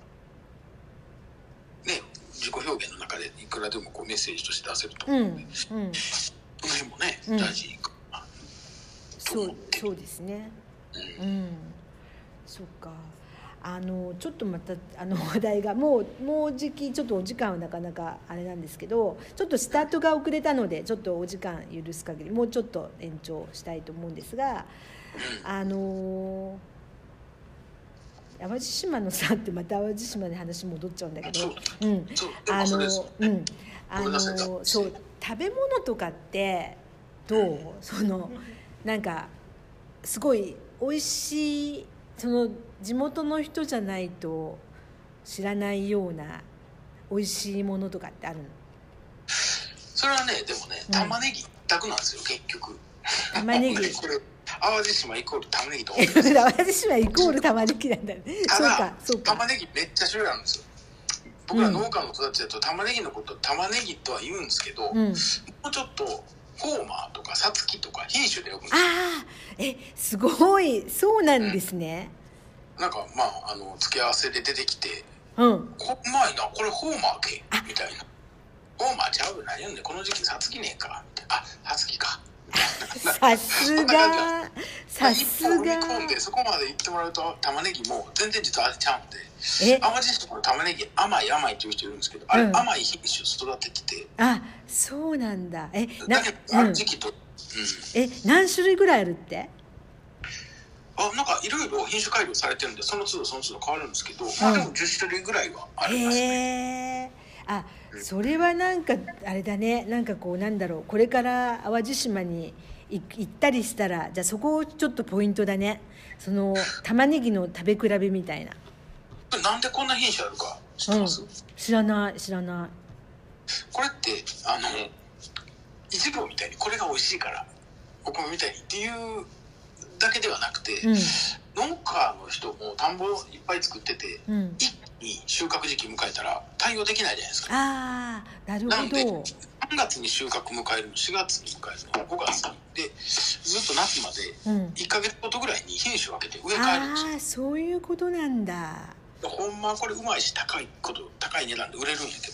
ね自己表現の中でいくらでもこうメッセージとして出せると思うので、うんうん、その辺もね、うん、大事かなと思って。 そうそうですね。うん。うんそっかあのちょっとまたあの話題がもうもうじきちょっとお時間はなかなかあれなんですけどちょっとスタートが遅れたのでちょっとお時間許す限りもうちょっと延長したいと思うんですがあの淡路島のさってまた淡路島に話戻っちゃうんだけどうんあのうんあのそう食べ物とかってどうそのなんかすごい美味しいその地元の人じゃないと知らないような美味しいものとかってあるの？ それはねでもね玉ねぎ一択なんですよ、うん、結局玉ねぎこれ淡路島イコール玉ねぎと思ってます淡路島イコール玉ねぎなんだね。 ただそうか玉ねぎめっちゃ種類あるんですよ。僕ら農家の育ちだと玉ねぎのこと玉ねぎとは言うんですけど、うん、もうちょっとフォーマーとかさつきとか品種で呼ぶんですよ。 ああえすごいそうなんですね、 うん、なんかまああの付け合わせで出てきて、うん、こうまいなこれフォーマー系みたいなフォーマーちゃうよ何やんねんこの時期さつきねえかみたいなあさつきかさすがさすが一歩踏み込んでそこまで言ってもらうと玉ねぎも全然実は味ちゃうんで淡路島の玉ねぎ甘い甘いっていう人いるんですけど、うん、あれ甘い品種育てててあそうなんだえなだけどある時期と、うん、 え何種類ぐらいあるってあなんかいろいろ品種改良されてるんでその都度その都度変わるんですけど、うん、まあでもじゅっ種類ぐらいはありますね。 へーあそれはなんかあれだねなんかこうなんだろうこれから淡路島に行ったりしたらじゃあそこをちょっとポイントだねその玉ねぎの食べ比べみたいな。 なんでこんな品種あるか知ってます？うん、 知らない知らない。 これってあの一部みたいにこれが美味しいからお米みたいにっていうだけではなくて、うん、農家の人も田んぼいっぱい作ってて、うん、一気に収穫時期迎えたら対応できないじゃないですか。 あなるほど。 なのでさんがつに収穫迎えるのしがつに迎えるのごがつにでずっと夏までいっかげつごとぐらいに品種を分けて植え替えるんですよ、 うん、あそういうことなんだ。 ほんまこれうまいし高いこと高い値段で売れるんやけど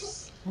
うん、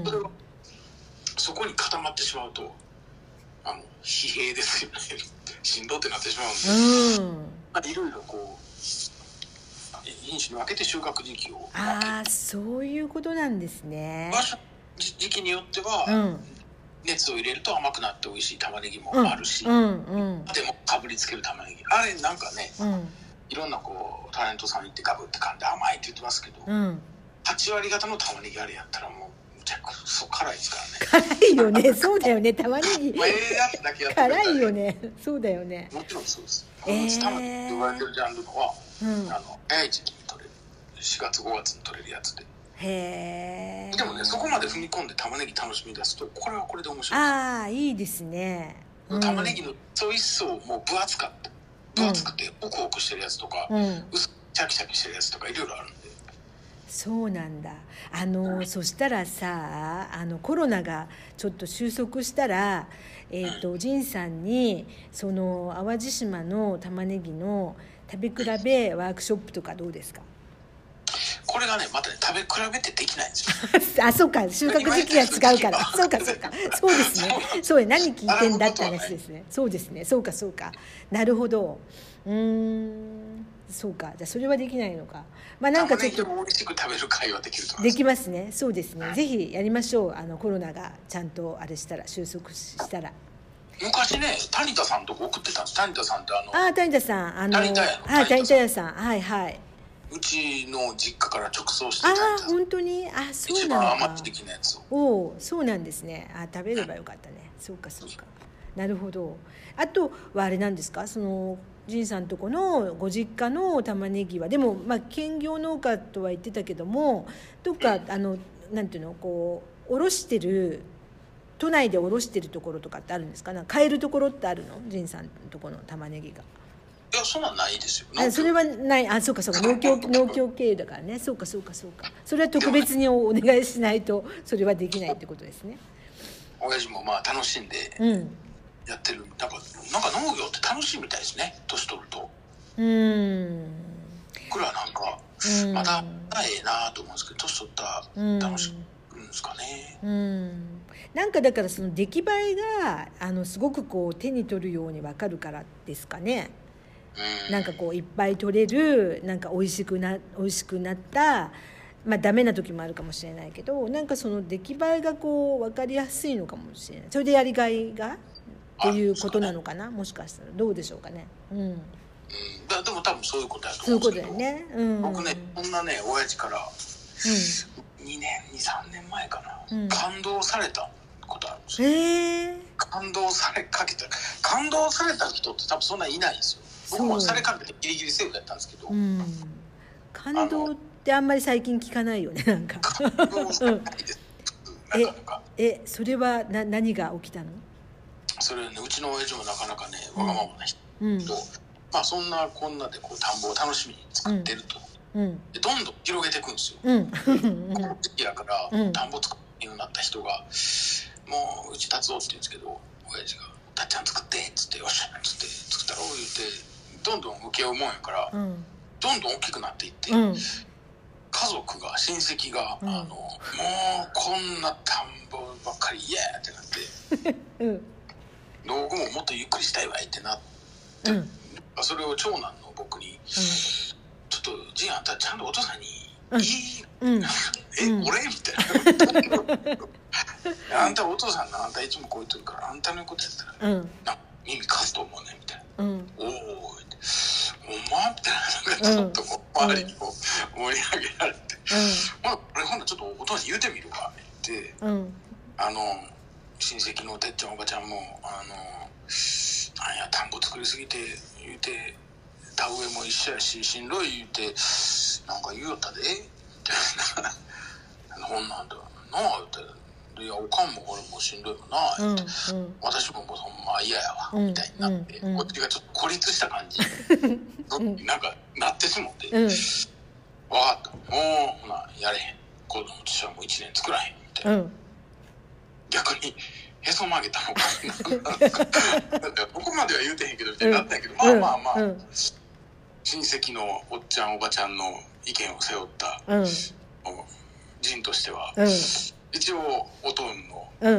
それはそこに固まってしまうとあの疲弊ですよねしんどってなってしまうんで、うんまあ、いろいろこう品種に分けて収穫時期をああそういうことなんですね。 場所時期によっては、うん、熱を入れると甘くなって美味しい玉ねぎもあるし、うんうんうん、でもかぶりつける玉ねぎあれなんかね、うん、いろんなこうタレントさん行ってガブって噛んで甘いって言ってますけど、うん、はち割方の玉ねぎあれやったらもうむちゃくそ辛いですからね。 辛いよねそうだよね玉ねぎまあええやつだけやって辛いよねそうだよね。 もちろんそうです。えー、玉ねぎって言われてるジャンルのは、うん、あの早い時期に取れるしがつごがつに取れるやつで。 へでもねそこまで踏み込んで玉ねぎ楽しみ出すとこれはこれで面白い。 ああいいですね、 うん、玉ねぎのそう一層もう分厚かった分厚くてホクホクしてるやつとか、うん、薄くシャキシャキしてるやつとかいろいろあるんで。 そうなんだ。あの、うん、そしたらさあのコロナがちょっと収束したら、えーとうん、仁さんにその淡路島の玉ねぎの食べ比べワークショップとかどうですか？ これがねまたね食べ比べてできないんですよあそうか収穫時期が違うからそうかそうかそうですねそうや何聞いてんだって話ですね。そうですねそうかそうかなるほどうーんそうかじゃあそれはできないのか。まあなんかちょっと美味しく食べる会話できると思います。できますねそうですね、うん、ぜひやりましょう。あのコロナがちゃんとあれしたら収束したら。 昔ね谷田さんとこ送ってたんです。谷田さんってあのあ谷田さんあの谷田屋のはい谷田屋さんはいはいうちの実家から直送してたああ本当にあそうなのか一番甘的なやつをおおそうなんですね。あ食べればよかったね、うん、そうかそうかなるほど。あとはあれなんですかその仁さんとこのご実家の玉ねぎはでもまあ兼業農家とは言ってたけどもどっか、うん、あのなんていうのこう卸してる都内で卸してるところとかってあるんですか？なんか買えるところってあるの仁さんとこの玉ねぎが。 いやそんなんないですよ。 あそれはないあそうかそうか農協農協経営だからねそうかそうかそうかそれは特別にお願いしないとそれはできないってことですね。 親父もまあ楽しんでやってる、うん、なんかなんか農業って楽しいみたいですね年取ると。うーんこれはなんかまだええなと思うんですけど年取ったら楽しいんですかね。 うんうんなんかだからその出来栄えがあのすごくこう手に取るように分かるからですかね。なんかこういっぱい取れるなんか美味しくな美味しくなったまあダメな時もあるかもしれないけどなんかその出来栄えがこう分かりやすいのかもしれない。それでやりがいがっていうことなのかな、ね、もしかしたらどうでしょうかね。うん、うん、 だでも多分そういうことやと思うんですけどそういうことだよね、うん、 僕ねこんなね親父から、うん、にねんにさんねんまえかな、うん、感動されたことあるんですよ。 へー感動されかけた感動された人って多分そんなにいないんですよ。僕もされかけてギリギリセーフだったんですけど、うん、 感動ってあんまり最近聞かないよねなんか感動されないです、うん、なかなかええそれはな何が起きたの？ それねうちの親父もなかなかねわがままな人と、うん、まあそんなこんなでこう田んぼを楽しみに作ってると、うん、でどんどん広げていくんですよ、うん、この時期やから、うん、田んぼ作るようになった人がもううち達夫って言うんですけど親父がたっちゃん作ってっつってよっしゃっつって作ったろう言ってどんどん受け負うもんやから、うん、どんどん大きくなっていって、うん、家族が親戚が、うん、あのもうこんな田んぼばっかりイエーってなって、うん、僕ももっとゆっくりしたいわいってなって、うん、それを長男の僕に、うん、ちょっとじいあんたちゃんとお父さんにいい、うん、え、うん、俺みたいなあんたお父さんのあんたいつもこう言ってるからあんたのことやったら、うん、耳貸すと思うねみたいな、うん、おおほんまみたいなのがちょっとこう、うん、周りにこう盛り上げられて、うん、まあ俺ほんなちょっとお父さん言うてみるわって言って、うん、あの親戚のてっちゃんおばちゃんもあのなんや田んぼ作りすぎて言うて田植えも一緒やししんどい言うてなんか言うよったでみたいなほんなんだなあ言うていやおかんも俺もしんどいもんな、うんうん、私ももうほんま嫌やわ、うん、みたいになって、うん、こっちがちょっと孤立した感じになんかなってしもって、うん、分かったもうほなやれへん子供としてはもういちねん作らへんみたいな、うん、逆にへそ曲げたのかここまでは言うてへんけどみたいになったんやけど、うん、まあまあまあ、うん、親戚のおっちゃんおばちゃんの意見を背負った、うん、人としては、うん一応おとんの、 うん、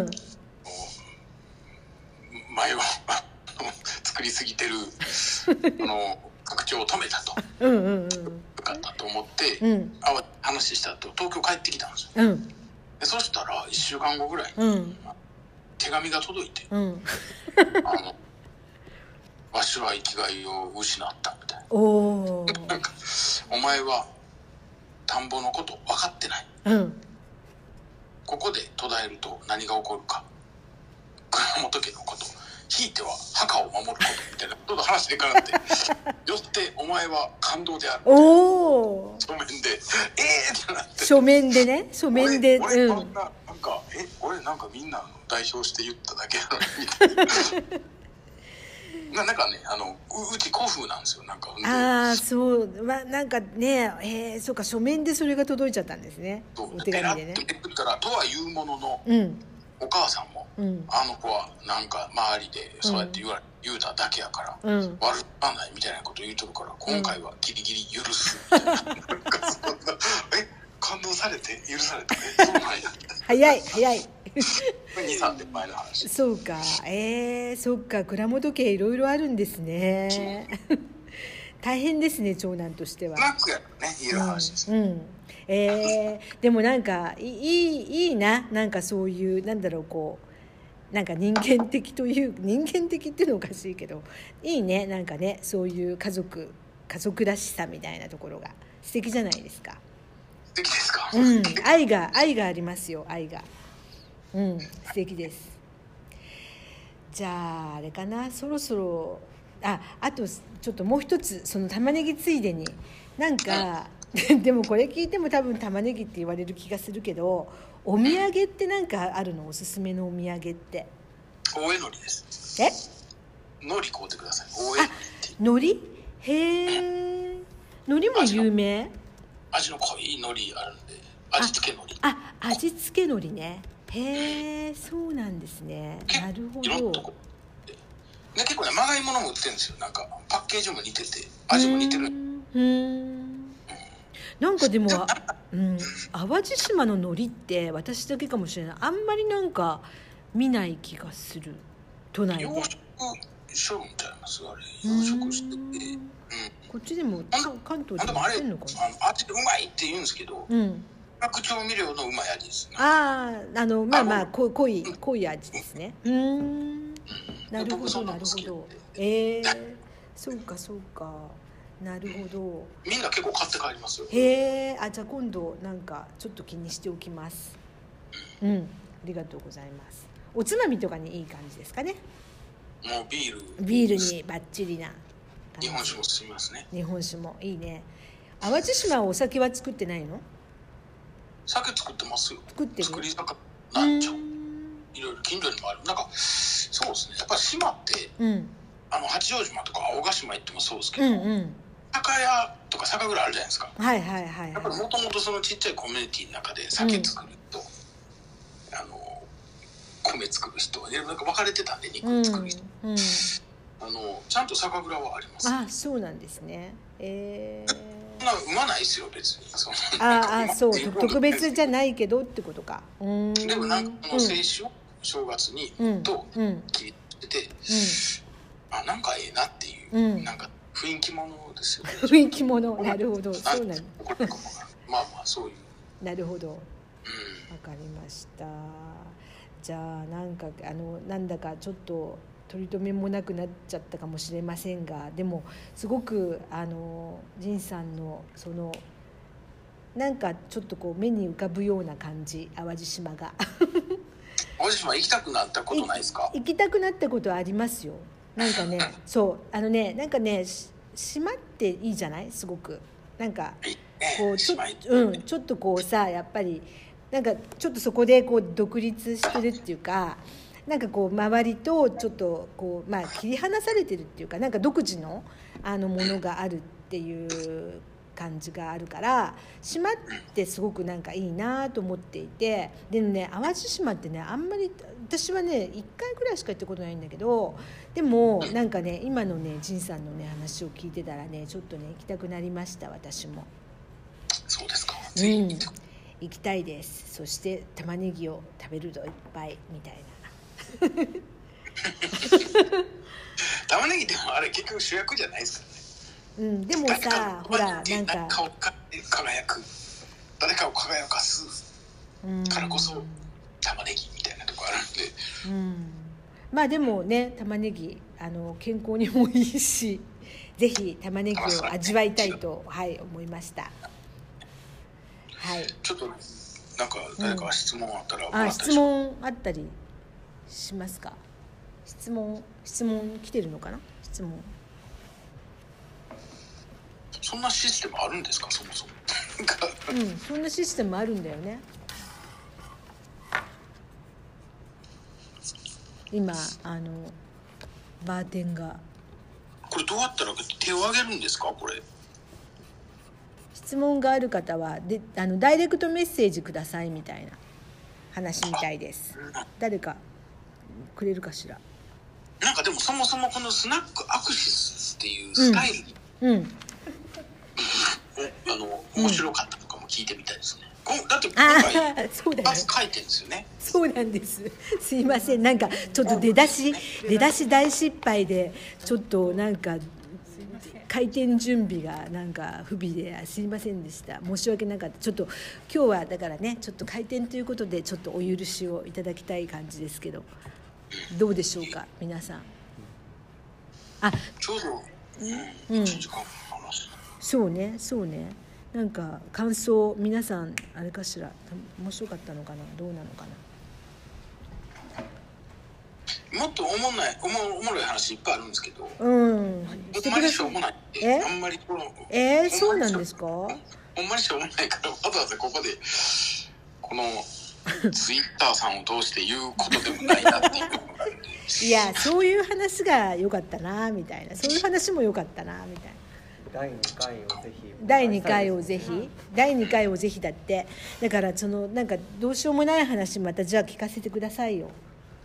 前を作りすぎてるあの拡張を止めたとうんうんうん、よかったと思って、 うん、 話した後東京帰ってきたんですよ、 うん、 でそしたらいっしゅうかんごぐらいに、うん、手紙が届いて、うん、あのわしは生きがいを失ったみたいな、おなんかお前は田んぼのこと分かってない、うん、ここで途絶えると何が起こるか、倉本家のこと、ひいては墓を守ることみたいなことと話していかなくてよってお前は感動であるお書面でえーってなって書面でね書面で俺、俺うん、な, なんかえ俺なんかみんなの代表して言っただけやのにみたいななんかねあの う, うち古風なんですよなんかああそう、まあ、なんかねえー、そうか書面でそれが届いちゃったんですねお手紙でねペラッとったらとは言うものの、うん、お母さんも、うん、あの子はなんか周りでそうやって言わ、うん、言うただけやから、うん、悪かないみたいなこと言うとるから今回はギリギリ許すみたいな、うん、なんかそんなえ感動されて許されてえそうなんや早い早いにさんねんまえの話そうかえー、そっか蔵元家いろいろあるんですね大変ですね長男としてはマックやからね言える話です、 うんうんえー、でもなんかいい、いいななんかそういうなんだろうこうなんか人間的という人間的っていうのおかしいけどいいねなんかねそういう家族家族らしさみたいなところが素敵じゃないですか素敵ですか、 うん、愛が愛がありますよ愛がうん素敵ですじゃああれかなそろそろああとちょっともう一つその玉ねぎついでになんかでもこれ聞いても多分玉ねぎって言われる気がするけどお土産ってなんかあるのおすすめのお土産って大江のりですえのり買うてください大江のりへえのりも有名味の濃いのりあるんで味付けのりああ味付けのりねへえそうなんですねなるほどいろんなとこで結構ねまがいものも売ってるんですよなんかパッケージも似てて味も似てるうんなんかでも、うん、淡路島の海苔って私だけかもしれないあんまりなんか見ない気がする都内で養殖しようみたいなすあれ養殖してて、うん、 こっちでも関東でも売ってんのかなあ味うまいって言うんですけど、うん白調味料のうまい味ですねあああのまあまあ濃い濃い味ですねうん、うん、なるほどなるほどえー、そうかそうかなるほどみんな結構買って帰りますよへえあじゃあ今度なんかちょっと気にしておきますうんありがとうございますおつまみとかにいい感じですかねもうビールビールにバッチリな日本酒も進みますね日本酒もいいね淡路島はお酒は作ってないの酒作ってますよ作ってる作り酒なんちゃういろいろ近所にもあるなんかそうですねやっぱり島って、うん、あの八丈島とか青ヶ島行ってもそうですけど、うんうん、酒屋とか酒蔵あるじゃないですかはいはいはい、はい、 やっぱりもともとそのちっちゃいコミュニティの中で酒作ると、うん、あの米作る人なんか分かれてたんで肉作る人、うんうん、あのちゃんと酒蔵はあります、ね、 あそうなんですねえーそんなうまないですよ別にそああそう特別じゃないけどってことかうんでもなんかこの清酒を正月にと切りつけて、うんうん、あなんかええなっていう、うん、なんか雰囲気ものですよね雰囲気ものなるほどそうなんまあまあそういうなるほどわ、うん、かりましたじゃあなんかあのなんだかちょっと取り留めもなくなっちゃったかもしれませんがでもすごくあの仁さんのそのなんかちょっとこう目に浮かぶような感じ淡路島が淡路島行きたくなったことないですか行きたくなったことはありますよなんかねそうあのねなんかね島っていいじゃないすごくなんかこうちょ、うん、ちょっとこうさやっぱりなんかちょっとそこでこう独立してるっていうかなんかこう周りとちょっとこう、まあ、切り離されてるっていうかなんか独自のあのものがあるっていう感じがあるから島ってすごくなんかいいなと思っていてでもね淡路島ってねあんまり私はねいっかいぐらいしか行ったことないんだけどでもなんかね今のね仁さんのね話を聞いてたらねちょっとね行きたくなりました私もそうですか、 うん、 行きたいです。そして玉ねぎを食べるといっぱいみたいな玉ねぎでもあれ結局主役じゃないですかね。うん、でもさ、ほらなんか誰かを輝く、誰かを輝かすからこそ玉ねぎみたいなとこあるんで、 うん、まあでもね、玉ねぎあの健康にもいいし、ぜひ玉ねぎを味わいたいと、はい、思いました。はい。 ちょっとなんか誰か質問あったら、 うん、あ、質問あったりしますか？質問質問来てるのかな？質問。 そんなシステムあるんですか、そもそも。 うん、そんなシステムあるんだよね。今あのバーテンが。 これどうやったら手を挙げるんですか、これ。 質問がある方はであのダイレクトメッセージくださいみたいな話みたいです。誰かくれるかしら。 なんかでもそもそもこのスナックアクシスっていうスタイル、うんうん、あの面白かったとかも聞いてみたいですね。だって今回そうだね、 書いてるんですよね。 そうなんです。すいません、なんかちょっと出だし出だし大失敗でちょっとなんか開店準備がなんか不備ですいませんでした。申し訳なかった。ちょっと今日はだからね、ちょっと開店ということでちょっとお許しをいただきたい感じですけど、どうでしょうか皆さん。あ、 ちょうど、 うん、そうねそうね。なんか感想皆さんあれかしら、面白かったのかな、どうなのかな。もっとおもんないおもおもろい話いっぱいあるんですけど、 うん、 ほんまにしょうもないって、 えあんまりこのえー、そうなんですか。 ほんまにしょうもないからわざわざここでこのツイッターさんを通して言うことでもないなっていうのがあるんでいや、そういう話が良かったなみたいな、そういう話も良かったなみたいな。 だいにかいをぜひだいにかいをぜひだいにかいをぜひだって。だからそのなんかどうしようもない話またじゃあ聞かせてくださいよ。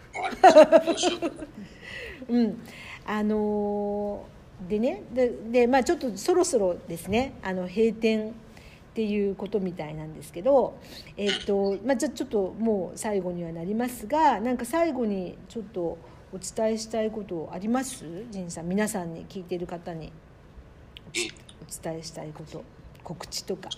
うん、あのー、でね、で、でまあちょっとそろそろですね、あの閉店っていうことみたいなんですけど、えーとまあ、じゃあちょっともう最後にはなりますが、なんか最後にちょっとお伝えしたいことあります？仁さん、皆さんに聞いている方にお伝えしたいこと、告知とか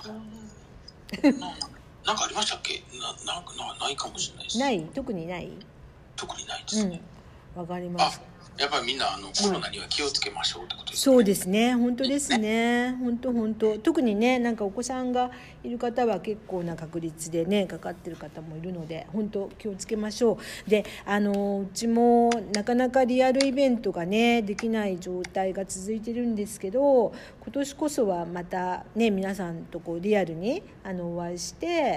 なんかありましたっけ？な、なんかないかもしれないです。 ない？特にない？ 特にないですね。 うん、わかります。 やっぱりみんなあのコロナには気をつけましょうってことですね。そうですね、本当ですね、本当本当。特にね、なんかお子さんがいる方は結構な確率でねかかってる方もいるので、本当気をつけましょう。で、あのうちもなかなかリアルイベントがねできない状態が続いてるんですけど、今年こそはまたね皆さんとこうリアルにあのお会いして、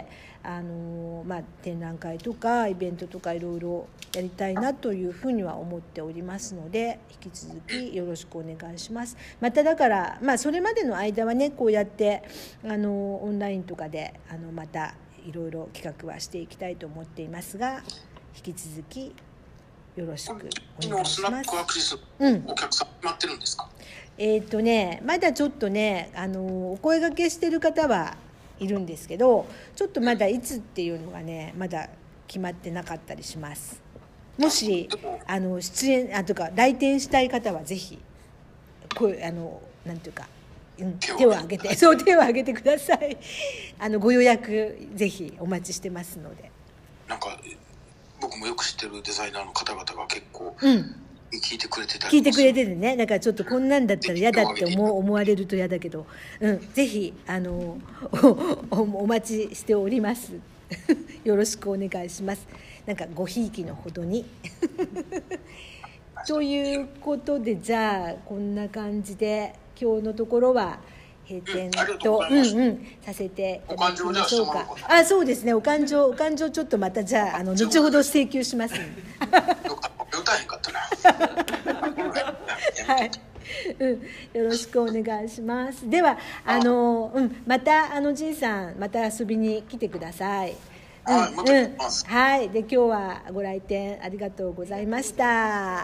あのまあ、展覧会とかイベントとかいろいろやりたいなというふうには思っておりますので、引き続きよろしくお願いします。まただから、まあ、それまでの間はねこうやってあのオンラインとかであのまたいろいろ企画はしていきたいと思っていますが、引き続きよろしくお願いします。 スナックアクシス、うん、お客さん決まってるんですか？ えっとねまだちょっとねあのお声掛けしてる方はいるんですけど、ちょっとまだいつっていうのがねまだ決まってなかったりします。もしあの出演あとか来店したい方はぜひ声あのなんていうか、うん、手を挙げてそう手を挙げてください。あのご予約ぜひお待ちしてますので。 なんか僕もよく知ってるデザイナーの方々が結構、 うん、 聞いてくれてたり聞いてくれててね、だからちょっとこんなんだったら嫌だって思思われると嫌だけど、うん、ぜひあの お, お待ちしておりますよろしくお願いします。なんかごひいきのほどにということで、じゃあこんな感じで今日のところは閉店と、うんうんうん、させていただきましょうか。あ、そうですね、お勘定お勘定ちょっとまたじゃああの後ほど請求しますんで歌えへんかったなはい、うん、よろしくお願いします。ではあの、うん、またあの仁さんまた遊びに来てください。うん、うん、はい。で今日はご来店ありがとうございました。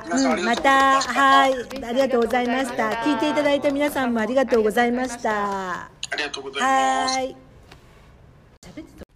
うん、またはいありがとうございました。聞いていただいた皆さんもありがとうございました。 ありがとうございます。 はい。 喋ってた